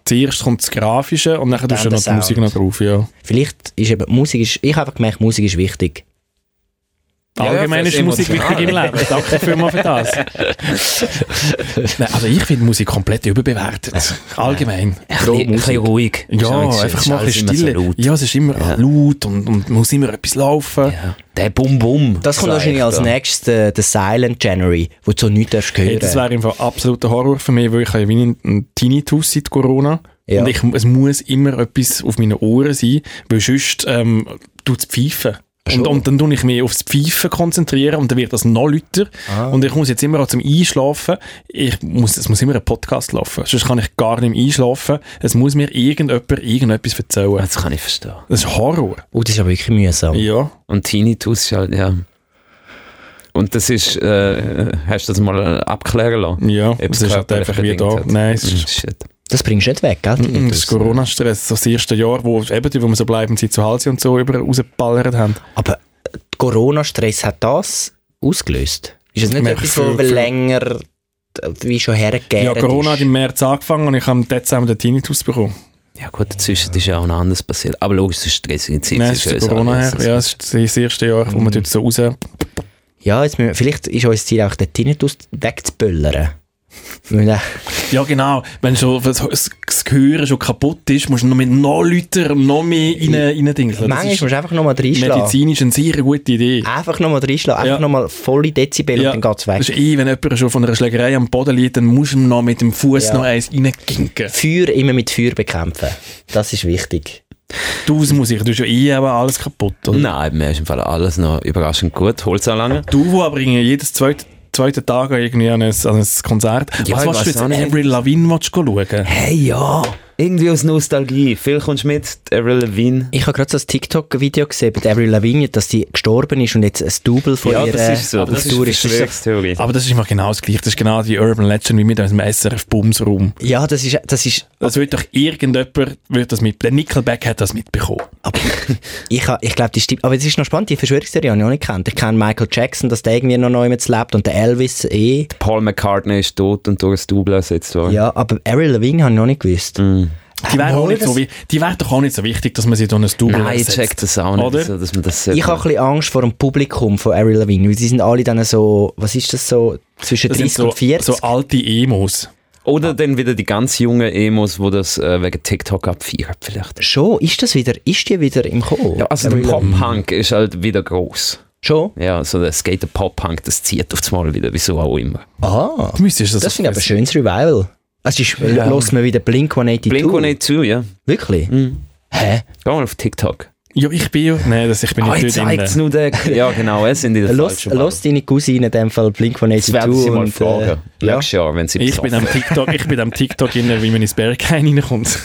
zuerst kommt das Grafische und dann tust du noch die Musik noch drauf, ja. Vielleicht ist eben, Musik ist, ich habe einfach gemerkt, Musik ist wichtig. Allgemein ja, ist Musik wichtig im Leben. Danke vielmals für das. Nein, also ich finde Musik komplett überbewertet. Allgemein. Ein bisschen, ein bisschen ruhig. Ja, einfach mal ein bisschen Stille. So ja, es ist immer ja. laut und, und muss immer etwas laufen. Ja. Der Bum-Bum. Das kommt wahrscheinlich als nächstes, der, der Silent January, wo du so nichts hören hey, das wäre einfach absoluter Horror für mich, weil ich habe wie einen Tinnitus seit Corona. Ja. Und ich, es muss immer etwas auf meinen Ohren sein, weil sonst ähm, tut es pfeifen. Und, und dann tue ich mich aufs Pfeifen konzentrieren und dann wird das noch lauter. Ah. Und ich muss jetzt immer auch zum Einschlafen, ich muss, es muss immer ein Podcast laufen, sonst kann ich gar nicht mehr einschlafen. Es muss mir irgendjemand irgendetwas erzählen. Das kann ich verstehen. Das ist Horror. Oh, das ist aber wirklich mühsam. Ja. Und Tinnitus ist halt, ja... Und das ist, äh, hast du das mal abklären lassen? Ja, es ist halt einfach wie da. Nein, es ist... Shit. Das bringst du nicht weg, gell? Mm, das ist Corona-Stress, das erste Jahr, wo, eben, wo wir so bleiben, sie zu Hause und so über rausgeballert haben. Aber Corona-Stress hat das ausgelöst? Ist es nicht Merk etwas, wo länger wie schon hergegeben Ja, Corona ist? Hat im März angefangen und ich habe im Dezember den Tinnitus bekommen. Ja gut, dazwischen ist ja auch noch anders passiert. Aber logisch, das ist stressig. Nein, es ist Corona her. Ja, es ist das erste Jahr, wo mm. man dort so raus... Ja, jetzt, vielleicht ist unser Ziel auch, den Tinnitus wegzuböllern. Ja, genau. Wenn schon das, das Gehör schon kaputt ist, musst du noch mit noch lauter und noch mehr rein, rein dingseln. Manchmal musst du einfach noch mal reinschlagen. Medizinisch eine sehr gute Idee. Einfach noch mal reinschlagen, einfach ja. noch mal volle Dezibel ja. und dann geht es weg. Das ist eh, wenn jemand schon von einer Schlägerei am Boden liegt, dann musst du ihm noch mit dem Fuß ja. noch eins reinginken. Feuer immer mit Feuer bekämpfen. Das ist wichtig. Tausendmusik, du hast ja eh aber alles kaputt, oder? Nein, mir ist im Fall alles noch überraschend gut. Holzanlagen. Du, wo aber jedes zweite zweiten Tag irgendwie an ein, an ein Konzert. Ja, was willst du jetzt Avril Lavigne schauen? Hey, ja. Irgendwie aus Nostalgie. Phil, kommst du mit? Avril Lavigne? Ich habe gerade so ein TikTok-Video gesehen bei Avril Lavigne, dass sie gestorben ist und jetzt ein Double von ja, ihr... Ja, das ist so. Das, das ist Verschwörungstheorie. Aber das ist immer genau das Gleiche. Das ist genau die Urban Legend wie mit dem S R F-Bumsraum. Ja, das ist... Das, ist, das wird doch irgendjemand wird das mit... Der Nickelback hat das mitbekommen. Aber ich, ich glaube, die stimmt. Aber es ist noch spannend, die Verschwörungstheorie habe ich auch nicht gekannt. Ich kenne Michael Jackson, dass der irgendwie noch neu mit lebt und der Elvis eh. Paul McCartney ist tot und durch ein Double ersetzt worden. Ja, aber Avril Lavigne habe ich noch nicht gewusst. Mm. Die wäre auch nicht so, die wär doch auch nicht so wichtig, dass man sie durch ein Double Nein, ich check das auch nicht, oder? So, dass man das ich habe ein bisschen Angst vor dem Publikum von Avril Lavigne, weil die sind alle dann so, was ist das so, zwischen das dreißig so, und vierzig? So alte Emos. Oder dann wieder die ganz jungen Emos, die das äh, wegen TikTok abfeiern vielleicht. Schon? Ist das wieder, ist die wieder im Kommen? Ja, also der Pop-Punk ist halt wieder gross. Schon? Ja, so der Skater-Pop-Punk, das zieht auf das Mal wieder, wieso auch immer. Aha. Du das das finde ich aber ein schönes Revival. Also ist, ja. Hört man wieder Blink one eighty-two? Blink one eighty-two, ja. Wirklich? Mhm. Hä? Geh mal auf TikTok. Ja, ich bin ja... Nein, das, ich bin ah, nicht drin. Nur den, ja, genau, es sind in der falschen Ball. Lass deine Cousine in dem Fall Blink one eighty-two. Das werden sie mal und, fragen. Äh, Nächstes Jahr, wenn sie ich bin am TikTok, ich bin am TikTok rein, wie man ins Berghain reinkommt.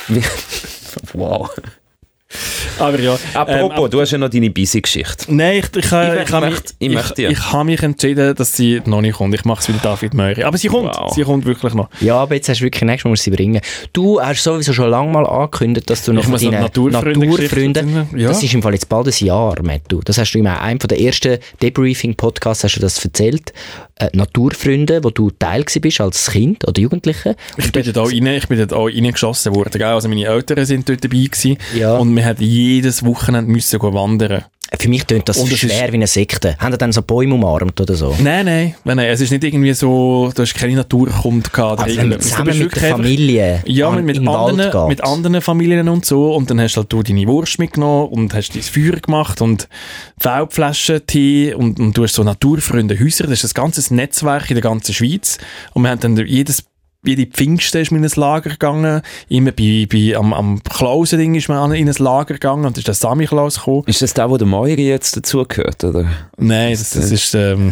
Wow. Aber ja. Apropos, ähm, du hast ja noch deine Busy-Geschichte. Nein, ich, ich, ich, ich, ich, möchte, ich, ich, möchte, ja. ich, ich habe mich entschieden, dass sie noch nicht kommt. Ich mache es wie David Möri. Aber sie kommt. Wow. Sie kommt wirklich noch. Ja, aber jetzt hast du wirklich nächstes Mal musst du sie bringen. Du hast sowieso schon lange mal angekündigt, dass du noch von deinen Naturfreunden... Naturfreunde, ja. Das ist im Fall jetzt bald ein Jahr, Mattu. Das hast du in einem der ersten Debriefing-Podcasts hast du das erzählt. Äh, Naturfreunde, wo du Teil bist als Kind oder Jugendliche. Ich bin dort auch rein, ich bin dort auch reingeschossen worden. Also meine Eltern sind dort dabei gewesen. Ja. Und wir hatten jedes Wochenende müssen wandern. Für mich tönt das schwer wie eine Sekte. Haben die dann so Bäume umarmt oder so? Nein, nein, nein, nein. Es ist nicht irgendwie so, da ist keine Naturkunde gehabt. Also wenn zusammen mit der Familie ja, mit, mit, anderen, mit anderen Familien und so. Und dann hast du halt du deine Wurst mitgenommen und hast dein Feuer gemacht und Feldflaschen, Tee und, und du hast so Naturfreunde Häuser. Das ist ein ganzes Netzwerk in der ganzen Schweiz. Und wir haben dann jedes Jede Pfingsten ist man in ein Lager gegangen. Immer bei, bei, am, am Klausending ist man in ein Lager gegangen und ist der Samichlaus gekommen. Ist das der, wo der Moiri jetzt dazugehört, oder? Nein, das, das ist... Ähm,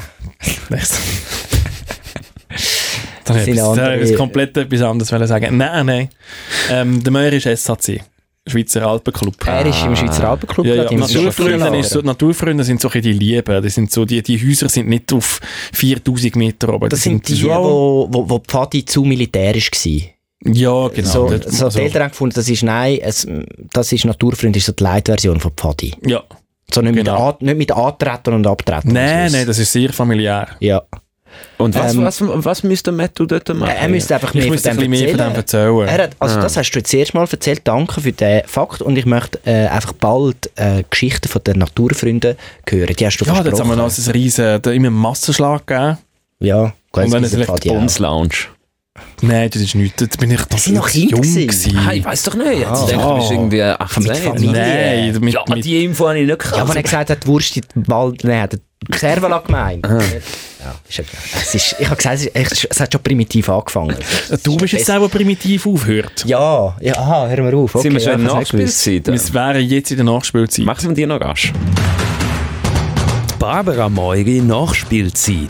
Dann hätte ich etwas komplett etwas anderes sagen. Nein, nein. Ähm, der Moiri ist S H C. Schweizer Alpenclub. Er ist im Schweizer Alpenclub. Ja, ja. Naturfreunde, ist so, Naturfreunde sind so die Lieben. Das sind so, die, die Häuser sind nicht auf viertausend Meter oben. Das, das sind die, die wo, wo, wo Pfadi zu militärisch waren. Ja, genau. So, das, so, so. Die Eltern haben gefunden, das ist, nein, es, das ist Naturfreund, ist so die Light-Version von Pfadi. Ja. So nicht, genau. mit, nicht mit Antreten und Abtreten. Nein, nein, das ist sehr familiär. Ja. Und was, Ähm, was, was müsste Matthew dort machen? Er müsste einfach mehr Ich von müsste ein dem bisschen mehr von dem erzählen. Er hat, also Ah. das hast du jetzt erst mal erzählt, danke für den Fakt und ich möchte äh, einfach bald äh, Geschichten von den Naturfreunden hören, die hast du Ja, jetzt haben wir versprochen. noch einen riesen, da immer einen Massenschlag gegeben. Ja, Und wenn es diese vielleicht Fall die auch. Bums Lounge. Nein, das ist nichts. Jetzt bin ich doch sind noch jung Kinder gewesen. gewesen. Ah, ich weiss doch nicht. Jetzt Ah. denke ich, du bist irgendwie achtzehn. Mit Familie. Nein, mit, Ja, mit, die Info habe ich nicht gehabt. Ja, aber er hat gesagt, er hat die Wurst in den Wald, nein, hat die Servala gemeint. Ja, ist ja klar. Es ist, ich habe gesagt, es, ist, es hat schon primitiv angefangen. du bist jetzt selber primitiv aufgehört. Ja, ja, aha, hören wir auf. Okay, Sind wir schon ja, in ich der hab's nicht gewusst. Nachspielzeit? Wir wären jetzt in der Nachspielzeit. Machen wir die noch rasch. Barbara Meuri Nachspielzeit.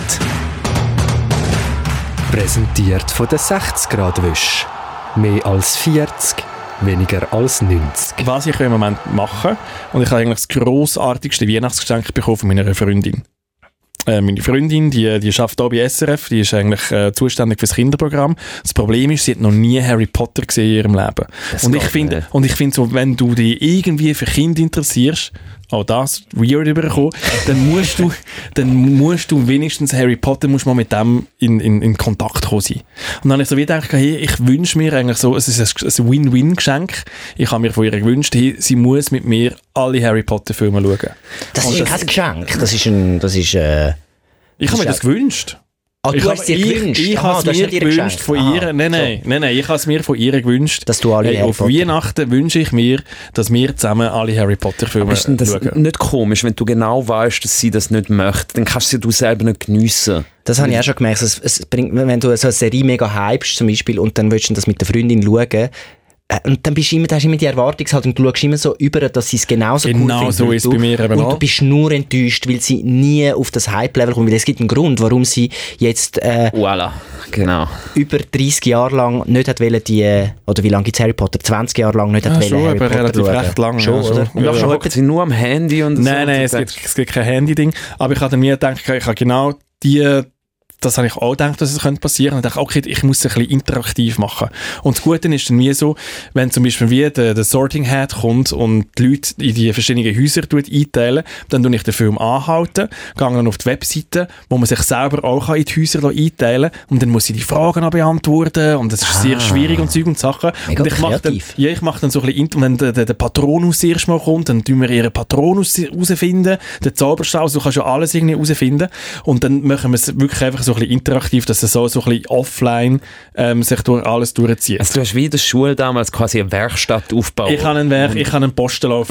Präsentiert von der sechzig Grad Wisch. Mehr als vierzig, weniger als neunzig. Was ich im Moment mache, und ich habe eigentlich das grossartigste Weihnachtsgeschenk bekommen von meiner Freundin. Äh, meine Freundin, die, die arbeitet hier bei S R F, die ist eigentlich äh, zuständig für das Kinderprogramm. Das Problem ist, sie hat noch nie Harry Potter gesehen in ihrem Leben. Das Und ich geht finde, nicht. und ich finde so, wenn du dich irgendwie für Kinder interessierst, auch das weird überkommen, dann musst du, dann musst du wenigstens Harry Potter musst mal mit dem in, in, in Kontakt kommen sein. Und dann habe ich so wie gedacht, hey, ich wünsche mir eigentlich so, es ist ein, ein Win-Win-Geschenk. Ich habe mir von ihr gewünscht, hey, sie muss mit mir alle Harry Potter Filme schauen. Das Und ist kein Geschenk, das ist ein, das ist, äh, Ich habe mir Das das gewünscht. ah, du ich hast dir ich, gewünscht. Ich Aha, habe es du hast mir nicht ihr gewünscht geschenkt. von Aha, ihr. Nein, nein, so. nein, nein, ich habe es mir von ihr gewünscht. Dass du alle hey, Harry auf Potter- Weihnachten wünsche ich mir, dass wir zusammen alle Harry Potter Filme Ist denn das schauen. nicht komisch, wenn du genau weißt, dass sie das nicht möchte? Dann kannst du sie du selber nicht geniessen. Das habe ich auch schon gemerkt. Es, es bringt, wenn du so eine Serie mega hypest zum Beispiel und dann willst du das mit der Freundin schauen, äh, und dann bist du immer, da hast du immer die Erwartungshaltung und du schaust immer so über, dass sie es genauso Genau cool findet so wie ist du. es bei mir eben Und auch. du bist nur enttäuscht, weil sie nie auf das Hype-Level kommt. Weil es gibt einen Grund, warum sie jetzt äh, Voilà, genau. über dreissig Jahre lang nicht hat wollen, die, oder wie lange gibt es Harry Potter? zwanzig Jahre lang nicht hat Ja, wollen, schon, Harry aber Potter relativ schauen. recht lang, Schon, ja, oder? schon. Und Ja, auch ja. schon Hocken sie nur am Handy und so. Nein, nein, es gibt, es gibt kein Handy-Ding. Aber ich habe mir gedacht, ich habe genau die, das habe ich auch gedacht, dass es könnte passieren. Und ich dachte, okay, ich muss es ein bisschen interaktiv machen. Und das Gute ist dann wie so, wenn zum Beispiel wie der, der Sorting Hat kommt und die Leute in die verschiedenen Häuser einteilen, dann tue ich den Film anhalten, gehe dann auf die Webseite, wo man sich selber auch in die Häuser einteilen kann. Und dann muss ich die Fragen noch beantworten. Und das ist sehr schwierig und Zeug und Sachen. Mega und ich mache dann, kreativ. ja, ich mache dann so ein bisschen, wenn der, der, der Patronus erst mal kommt, dann tun wir ihren Patronus herausfinden, den Zauberstab, also du kannst ja alles irgendwie herausfinden. Und dann machen wir es wirklich einfach so ein bisschen interaktiv, dass es so, so ein bisschen offline ähm, sich durch alles durchzieht. Also du hast wie in der Schule damals quasi eine Werkstatt aufgebaut. Ich habe einen Werk, ich habe einen Postenlauf.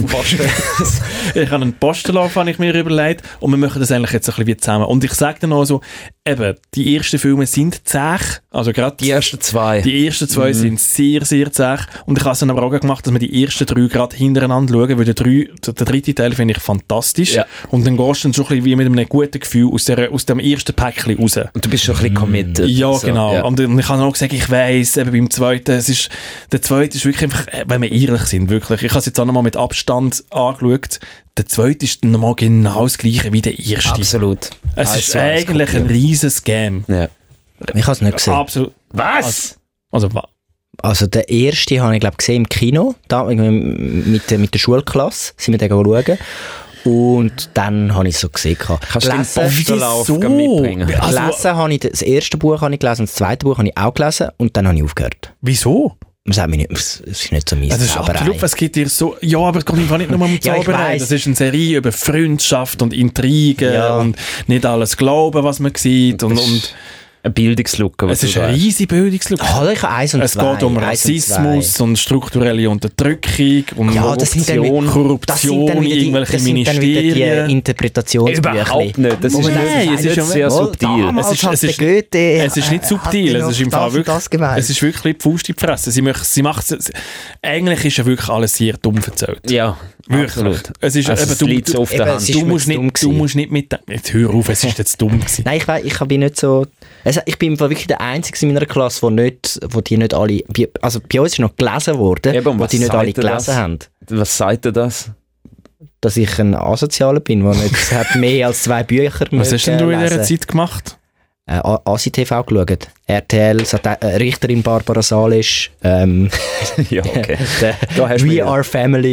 ich habe einen Postenlauf, habe ich mir überlegt, und wir machen das eigentlich jetzt ein bisschen wie zusammen. Und ich sage dann auch so, eben, die ersten Filme sind zäh, also gerade Die ersten zwei. Die ersten zwei sind sehr, sehr zäh. Und ich habe es dann aber auch gemacht, dass wir die ersten drei gerade hintereinander schauen, weil der, drei, der dritte Teil finde ich fantastisch. Ja. Und dann gehst du dann so ein bisschen wie mit einem guten Gefühl aus, der, aus dem ersten Päckchen raus. Und du bist schon ein bisschen committed. Ja, So, genau. ja. Und, und ich habe auch gesagt, ich weiss, eben beim zweiten, es ist, der zweite ist wirklich einfach, äh, wenn wir ehrlich sind, wirklich. Ich habe es jetzt auch nochmal mit Abstand angeschaut. Der zweite ist nochmal genau das Gleiche wie der erste. Absolut. Es Eins ist zu eins eigentlich ein kopiert. riesen Scam. Ja. Ich habe es nicht gesehen. Absolut. Was? Also, wa- Also der erste habe ich glaube gesehen im Kino, da, mit, mit, der- mit der Schulklasse, sind wir den schauen. Und dann habe ich es so gesehen. Kannst du den Gelesen- Postenlauf Wieso? mitbringen? Also- gelesen habe ich, das erste Buch habe ich gelesen und das zweite Buch habe ich auch gelesen und dann habe ich aufgehört. Wieso? Man sagt mir nicht, es ist nicht so mein Das ist Zauberei. absolut, es geht dir so, ja, aber es geht einfach nicht nur um Ja, ich Zauberei. weiss. Das ist eine Serie über Freundschaft und Intrigen Ja. und nicht alles glauben, was man sieht. Und, und Eine Bildungslücke. was es ist du eine sagst. riesige Bildungslücke. Oh, ich habe eins und Es zwei. geht um eins und Rassismus zwei. und strukturelle Unterdrückung und Ja, das sind dann Korruption, wieder- Korruption das sind dann in wieder die, irgendwelchen das sind dann wieder Ministerien. die Interpretationsbücher. Überhaupt nicht. Das Wo ist man nicht, dann Nein, sagt, es ist ja sehr oh, subtil. damals Es ist- hat es der ist- Goethe, Es ist nicht äh, subtil, hat es ist im das Fall und wirklich, das gemeint. es ist wirklich die Faust in die Fresse. Sie, macht, sie macht es, eigentlich ist ja wirklich alles sehr dumm erzählt. Ja, Wirklich. absolut. Es ist, Also eben, es du, liegt so auf eben, der es Hand. ist du, mir musst zu dumm nicht, du gewesen. musst nicht mit dem, jetzt hör auf, es ist jetzt dumm gewesen. Nein, ich, weiss, ich bin nicht so... Also ich bin im Fall wirklich der Einzige in meiner Klasse, wo, nicht, wo die nicht alle... bei- Also bei uns ist noch gelesen worden, Eben, und wo was die nicht sagt alle er gelesen das? haben. Was sagt dir das? Dass ich ein Asozialer bin, der nicht hat mehr als zwei Bücher Was hast denn du in dieser lesen. Zeit gemacht? Äh, A- A S I T V geschaut. R T L, Sat- äh, Richterin Barbara Salisch, ähm, Ja, okay. der Da hast du We mich- Are Family.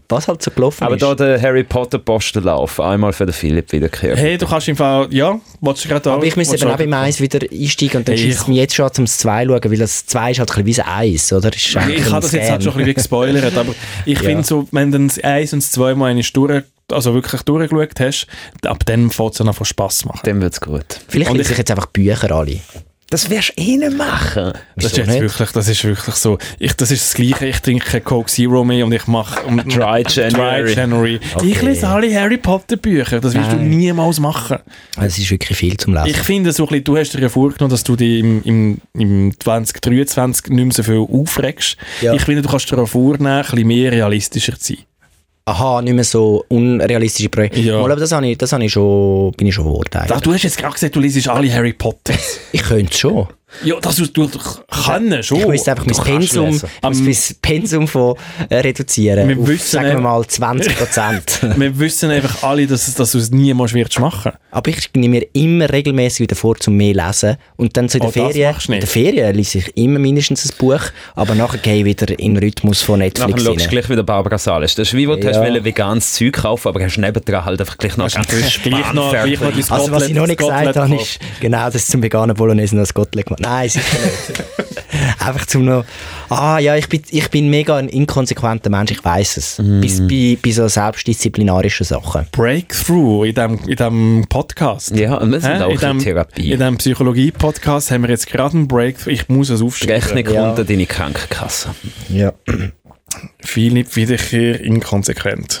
was halt so gelaufen Aber ist. da der Harry Potter Postenlauf, einmal für den Philipp wiederkehren. Hey, du kannst im Fall, ja, willst du gerade Aber ich müsste eben auch beim eins wieder einsteigen und dann Hey, schießt es mich jetzt schon zum zwei schauen, weil das zwei ist halt ein bisschen wie das eins, oder? Ist Ich eigentlich habe ein das jetzt halt Scam. schon ein bisschen gespoilert, aber ich Ja. finde so, wenn du das eins und das zwei mal einmal durch, also wirklich durchgeschaut hast, ab dann fängt es dann einfach Spass machen. Dann wird's gut. Vielleicht Und lese ich jetzt einfach Bücher alle. Das wirst du eh nicht machen. Das ist, Wieso jetzt nicht? wirklich, das ist wirklich so. Ich, das ist das Gleiche, ich trinke Coke Zero mehr und ich mache um, Dry January. Dry January. Okay. Ich lese alle Harry Potter Bücher, das willst du Nein. niemals machen. Es ist wirklich viel zum Lesen. Ich finde so ein bisschen, du hast dir ja vorgenommen, dass du dich im, im, im zwanzig dreiundzwanzig nicht mehr so viel aufregst. Ja. Ich finde, du kannst dir auch vornehmen, ein bisschen mehr realistischer zu sein. Aha, nicht mehr so unrealistische Projekte. Ja. Mal, aber das, habe ich, das habe ich schon, bin ich schon verurteilt. Ach, du hast jetzt gerade gesagt, du liest alle Harry Potter. Ich könnte es schon. Ja, das du, du kannst schon. Ich müsste einfach mein Du kannst Pensum, lesen. ich muss mein Pensum von, äh, reduzieren. Wir auf, wissen sagen wir eben- mal, zwanzig Prozent. Wir wissen einfach alle, dass, dass du es niemals wirst machen. Aber ich nehme mir immer regelmäßig wieder vor, zum mehr lesen. Und dann so in der Oh, das Ferien, machst du in nicht. der Ferien lese ich immer mindestens ein Buch, aber nachher gehe ich wieder in den Rhythmus von Nachher Netflix schaust du rein. gleich wieder Barbara Salisch. Das ist wie, wo du Ja. hast wollen veganes Zeug kaufen, aber hast nebendran halt einfach gleich noch Hast ganz du gleich noch- gleich noch dein Also was ich noch nicht Scotland- gesagt habe, Scotland ist genau das zum veganen Bolognese noch das Gottlieb gemacht. Nein, sicher nicht. Einfach zum noch, ah ja, ich bin, ich bin mega ein inkonsequenter Mensch, ich weiss es. Mm. Bis bei, bei so selbstdisziplinarischen Sachen. Breakthrough in diesem in dem Podcast. Ja, und wir sind Hä? auch in dem, in Therapie. In diesem Psychologie-Podcast haben wir jetzt gerade einen Breakthrough. Ich muss es Die aufschreiben. Rechnung Ja. unter deine Krankenkasse. Ja. Philipp Wiederkehr inkonsequent.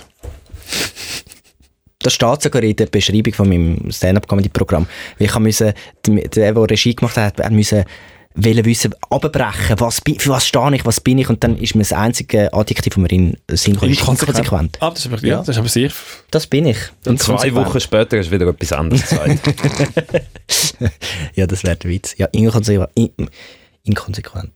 Das steht sogar in der Beschreibung von meinem Stand-Up-Comedy-Programm. Weil ich musste, der, der Regie gemacht hat, er musste wollen wissen, abbrechen, was, bi- für was stehe ich, was bin ich, und dann ist mir das einzige Adjektiv, das mir in den Sinn kommt, ist inkonsequent. Ah, das ist aber, ja, das ist aber sehr... Das bin ich. Und zwei Inkonsequent. Wochen später ist wieder etwas anderes gesagt. Ja, das wäre der Witz. Ja, inkonsequent. In, inkonsequent.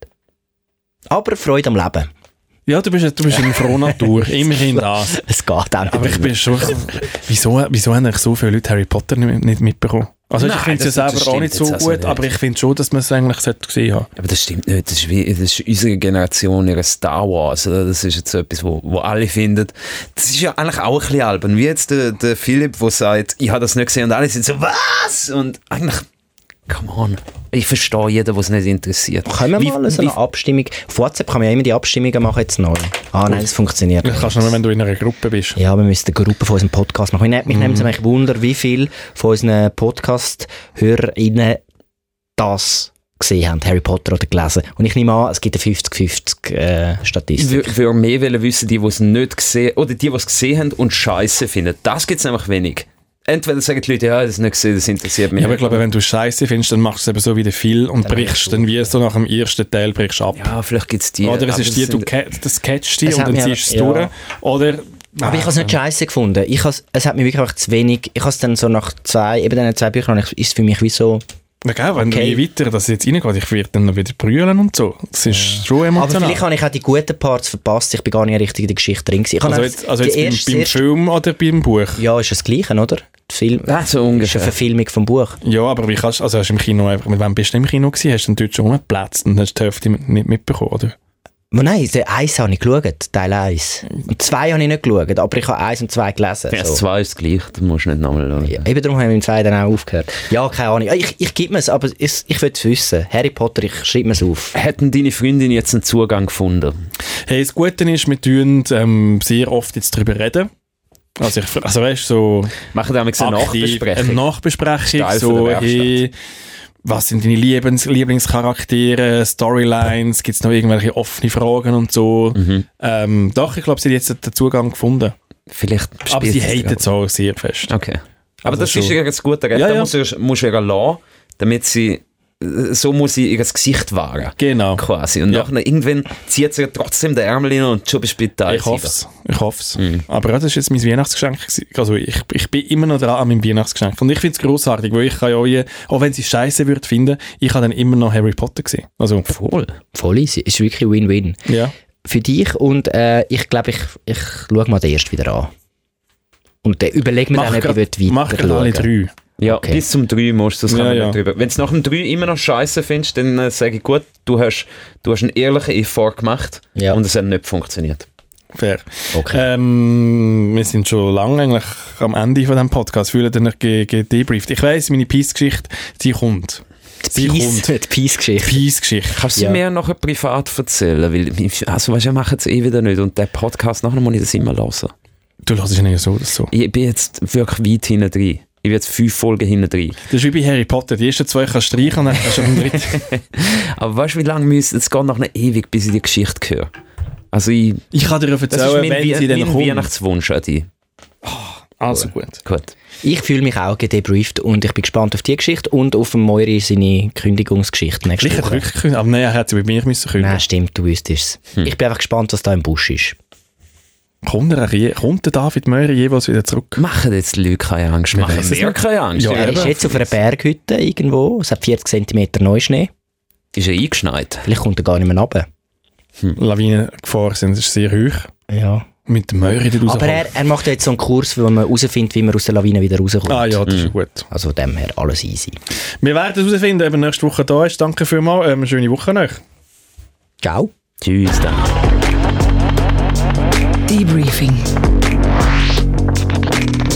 Aber Freude am Leben. Ja, du bist, du bist eine Frohnatur. Immerhin das. Es geht auch nicht. Aber ich bin schon... Wieso, wieso haben eigentlich so viele Leute Harry Potter nicht, nicht mitbekommen? Also Nein, ich finde es ja das- das selber auch nicht so stimmt jetzt gut, also nicht. aber ich finde schon, dass man es eigentlich sollte gesehen haben. Aber das stimmt nicht. Das ist, wie, das ist unsere Generation, ihre Star Wars. Oder? Das ist jetzt so etwas, wo, wo alle finden. Das ist ja eigentlich auch ein bisschen albern. Wie jetzt der, der Philipp, der sagt, ich habe das nicht gesehen, und alle sind so, was? Und eigentlich, come on. Ich verstehe jeden, der es nicht interessiert. Können wir Wie- mal so wie- eine Abstimmung... Auf WhatsApp kann man ja immer die Abstimmungen machen jetzt neu. Ah nein, das funktioniert Das kannst du nur, wenn du in einer Gruppe bist. Ja, wir müssen eine Gruppe von unserem Podcast machen. Mich, mich Mhm. nimmt es eigentlich Wunder, wie viele von unseren Podcast-HörerInnen das gesehen haben, Harry Potter oder gelesen. Und ich nehme an, es gibt eine fünfzig fünfzig äh, Ich Statistik. wür- würde mehr wollen wissen, die, die es nicht gesehen oder die, die es gesehen haben und Scheiße finden. Das gibt es nämlich wenig. Entweder sagen die Leute, ja, das nicht gesehen, das interessiert mich Ja, aber nicht. ich glaube, wenn du Scheiße findest, dann machst du es eben so wie der Phil und Dann brichst wirst du dann wie so nach dem ersten Teil brichst ab. Ja, vielleicht gibt es die. Oder es aber ist die, das du sind- ca- das catchst dich Es und hat dann mich ziehst du aber- es durch. ja. Oder... Aber ich habe es nicht scheiße gefunden. Ich has, es hat mir wirklich einfach zu wenig... Ich habe es dann so nach zwei, eben diesen zwei Büchern, ist es für mich wie so... Na, gell, wenn Okay. du weiter das jetzt reingeht, ich werde dann noch wieder brüllen und so. Das ist schon Aber emotional. vielleicht habe ich auch die guten Parts verpasst. Ich bin gar nicht richtig in der Geschichte drin gewesen. Ich habe also einfach jetzt, also die jetzt beim, erste- beim erste- Film oder beim Buch? Ja, ist das Gleiche, oder? Der Film Ah, so ist eine ungefähr. Verfilmung vom Buch. Ja, aber wie kannst also hast du im Kino einfach, mit wem bist du im Kino gewesen? Hast du den Deutschen rumgeplätzt und hast die Hälfte nicht mitbekommen, oder? Oh nein, den eins habe ich geschaut, Teil eins. Und zwei habe ich nicht geschaut, aber ich habe eins und zwei gelesen. Ja, das so. zwei ist gleich, das musst du nicht nochmal schauen. Ja, eben darum habe ich mit dem zwei dann auch aufgehört. Ja, keine Ahnung. Ich, ich gebe mir es, aber ich, ich will es wissen. Harry Potter, ich schreibe mir es auf. Hätten deine Freundin jetzt einen Zugang gefunden? Hey, das Gute ist, wir tun ähm, sehr oft jetzt darüber reden. Also, ich, also weißt du, so Machen wir eine aktiv- Nachbesprechung? Eine Nachbesprechung, Steil von so, der Werkstatt. hey, was sind deine Lieblings Lieblingscharaktere, Storylines, gibt es noch irgendwelche offene Fragen und so. Mhm. Ähm, doch, ich glaube, sie hat jetzt den Zugang gefunden. Vielleicht Aber spielt sie es hatet ja. es auch sehr fest. Okay. Aber Also das ist so- ihr ein guter Rat. Ja, Da ja. musst du, musst du ihr lassen, damit sie, so muss sie ihr Gesicht wahren. Genau. Quasi. Und Ja. nachher irgendwann zieht sie ihr trotzdem den Ärmel rein und schon bist du bei Ich hoffe es. Ich hoffe es. Mhm. Aber ja, das ist jetzt mein Weihnachtsgeschenk gewesen. Also ich, ich bin immer noch dran an meinem Weihnachtsgeschenk. Und ich finde es grossartig, weil ich kann ja auch, auch wenn sie scheiße würde finden, ich habe dann immer noch Harry Potter gesehen. Also, Voll. Voll easy. Ist wirklich Win-Win. ja. Für dich und äh, ich glaube, ich, ich schaue mal den erst wieder an. Und dann überlege mir Mach dann, ob ich grad- weiter mach gerade alle schauen. drei. Ja, Okay. bis zum drei musst du, das kann Ja, man ja. nicht drüber. Wenn du nach dem drei immer noch scheiße findest, dann äh, sage ich, gut, du hast, du hast einen ehrlichen Effort gemacht Ja. und es hat nicht funktioniert. Fair. Okay. Ähm, wir sind schon lange eigentlich am Ende von diesem Podcast. Fühlen dann ge- ge- debrieft. Ich weiss, meine Peace-Geschichte, sie kommt. Sie Peace, kommt. die Peace-Geschichte. Peace-Geschichte. Kannst du Ja. mir nachher privat erzählen? Weil, also weißt du, wir machen es eh wieder nicht und der Podcast, nachher muss ich das immer hören. Du hörst ja nicht so oder so. Ich bin jetzt wirklich weit hinten drin. Ich bin jetzt fünf Folgen hinten drin. Das ist wie bei Harry Potter. Die ersten zwei kannst du streichen und dann hast du am dritten. Aber weißt du, wie lange müsste es geht nachher ewig, bis ich die Geschichte höre? Also ich, Ich kann dir das ist erzählen, mein, wenn Wie- sie dann mein kommt. Weihnachtswunsch an dich. Also gut. Gut. Ich fühle mich auch gedebrieft und ich bin gespannt auf die Geschichte und auf dem Moiri seine Kündigungsgeschichte nächste Vielleicht hat er Woche. wirklich gekündigt. Aber nein, er hätte sie bei mir müssen kündigen. Nein, stimmt, du wüsstest es. Hm. Ich bin einfach gespannt, was da im Busch ist. Kommt, er, je- kommt der David Möri jeweils wieder zurück? Machen jetzt die Leute keine Angst. Wir Machen wissen es wir nicht. keine Angst. Ja, Ja, Er eben. ist jetzt auf einer Berghütte irgendwo, es hat vierzig Zentimeter Neuschnee. ist er eingeschneit? Vielleicht kommt er gar nicht mehr runter. Lawinengefahr sind ist sehr hoch. Ja. Mit dem Möri dort Aber er, er macht jetzt so einen Kurs, wo man herausfindet, wie man aus der Lawine wieder rauskommt. Ah ja, das ist gut. Also dem her alles easy. Wir werden herausfinden, ob er nächste Woche da ist. Danke vielmals. Ähm, eine schöne Woche noch. Ciao. Tschüss dann. Debriefing.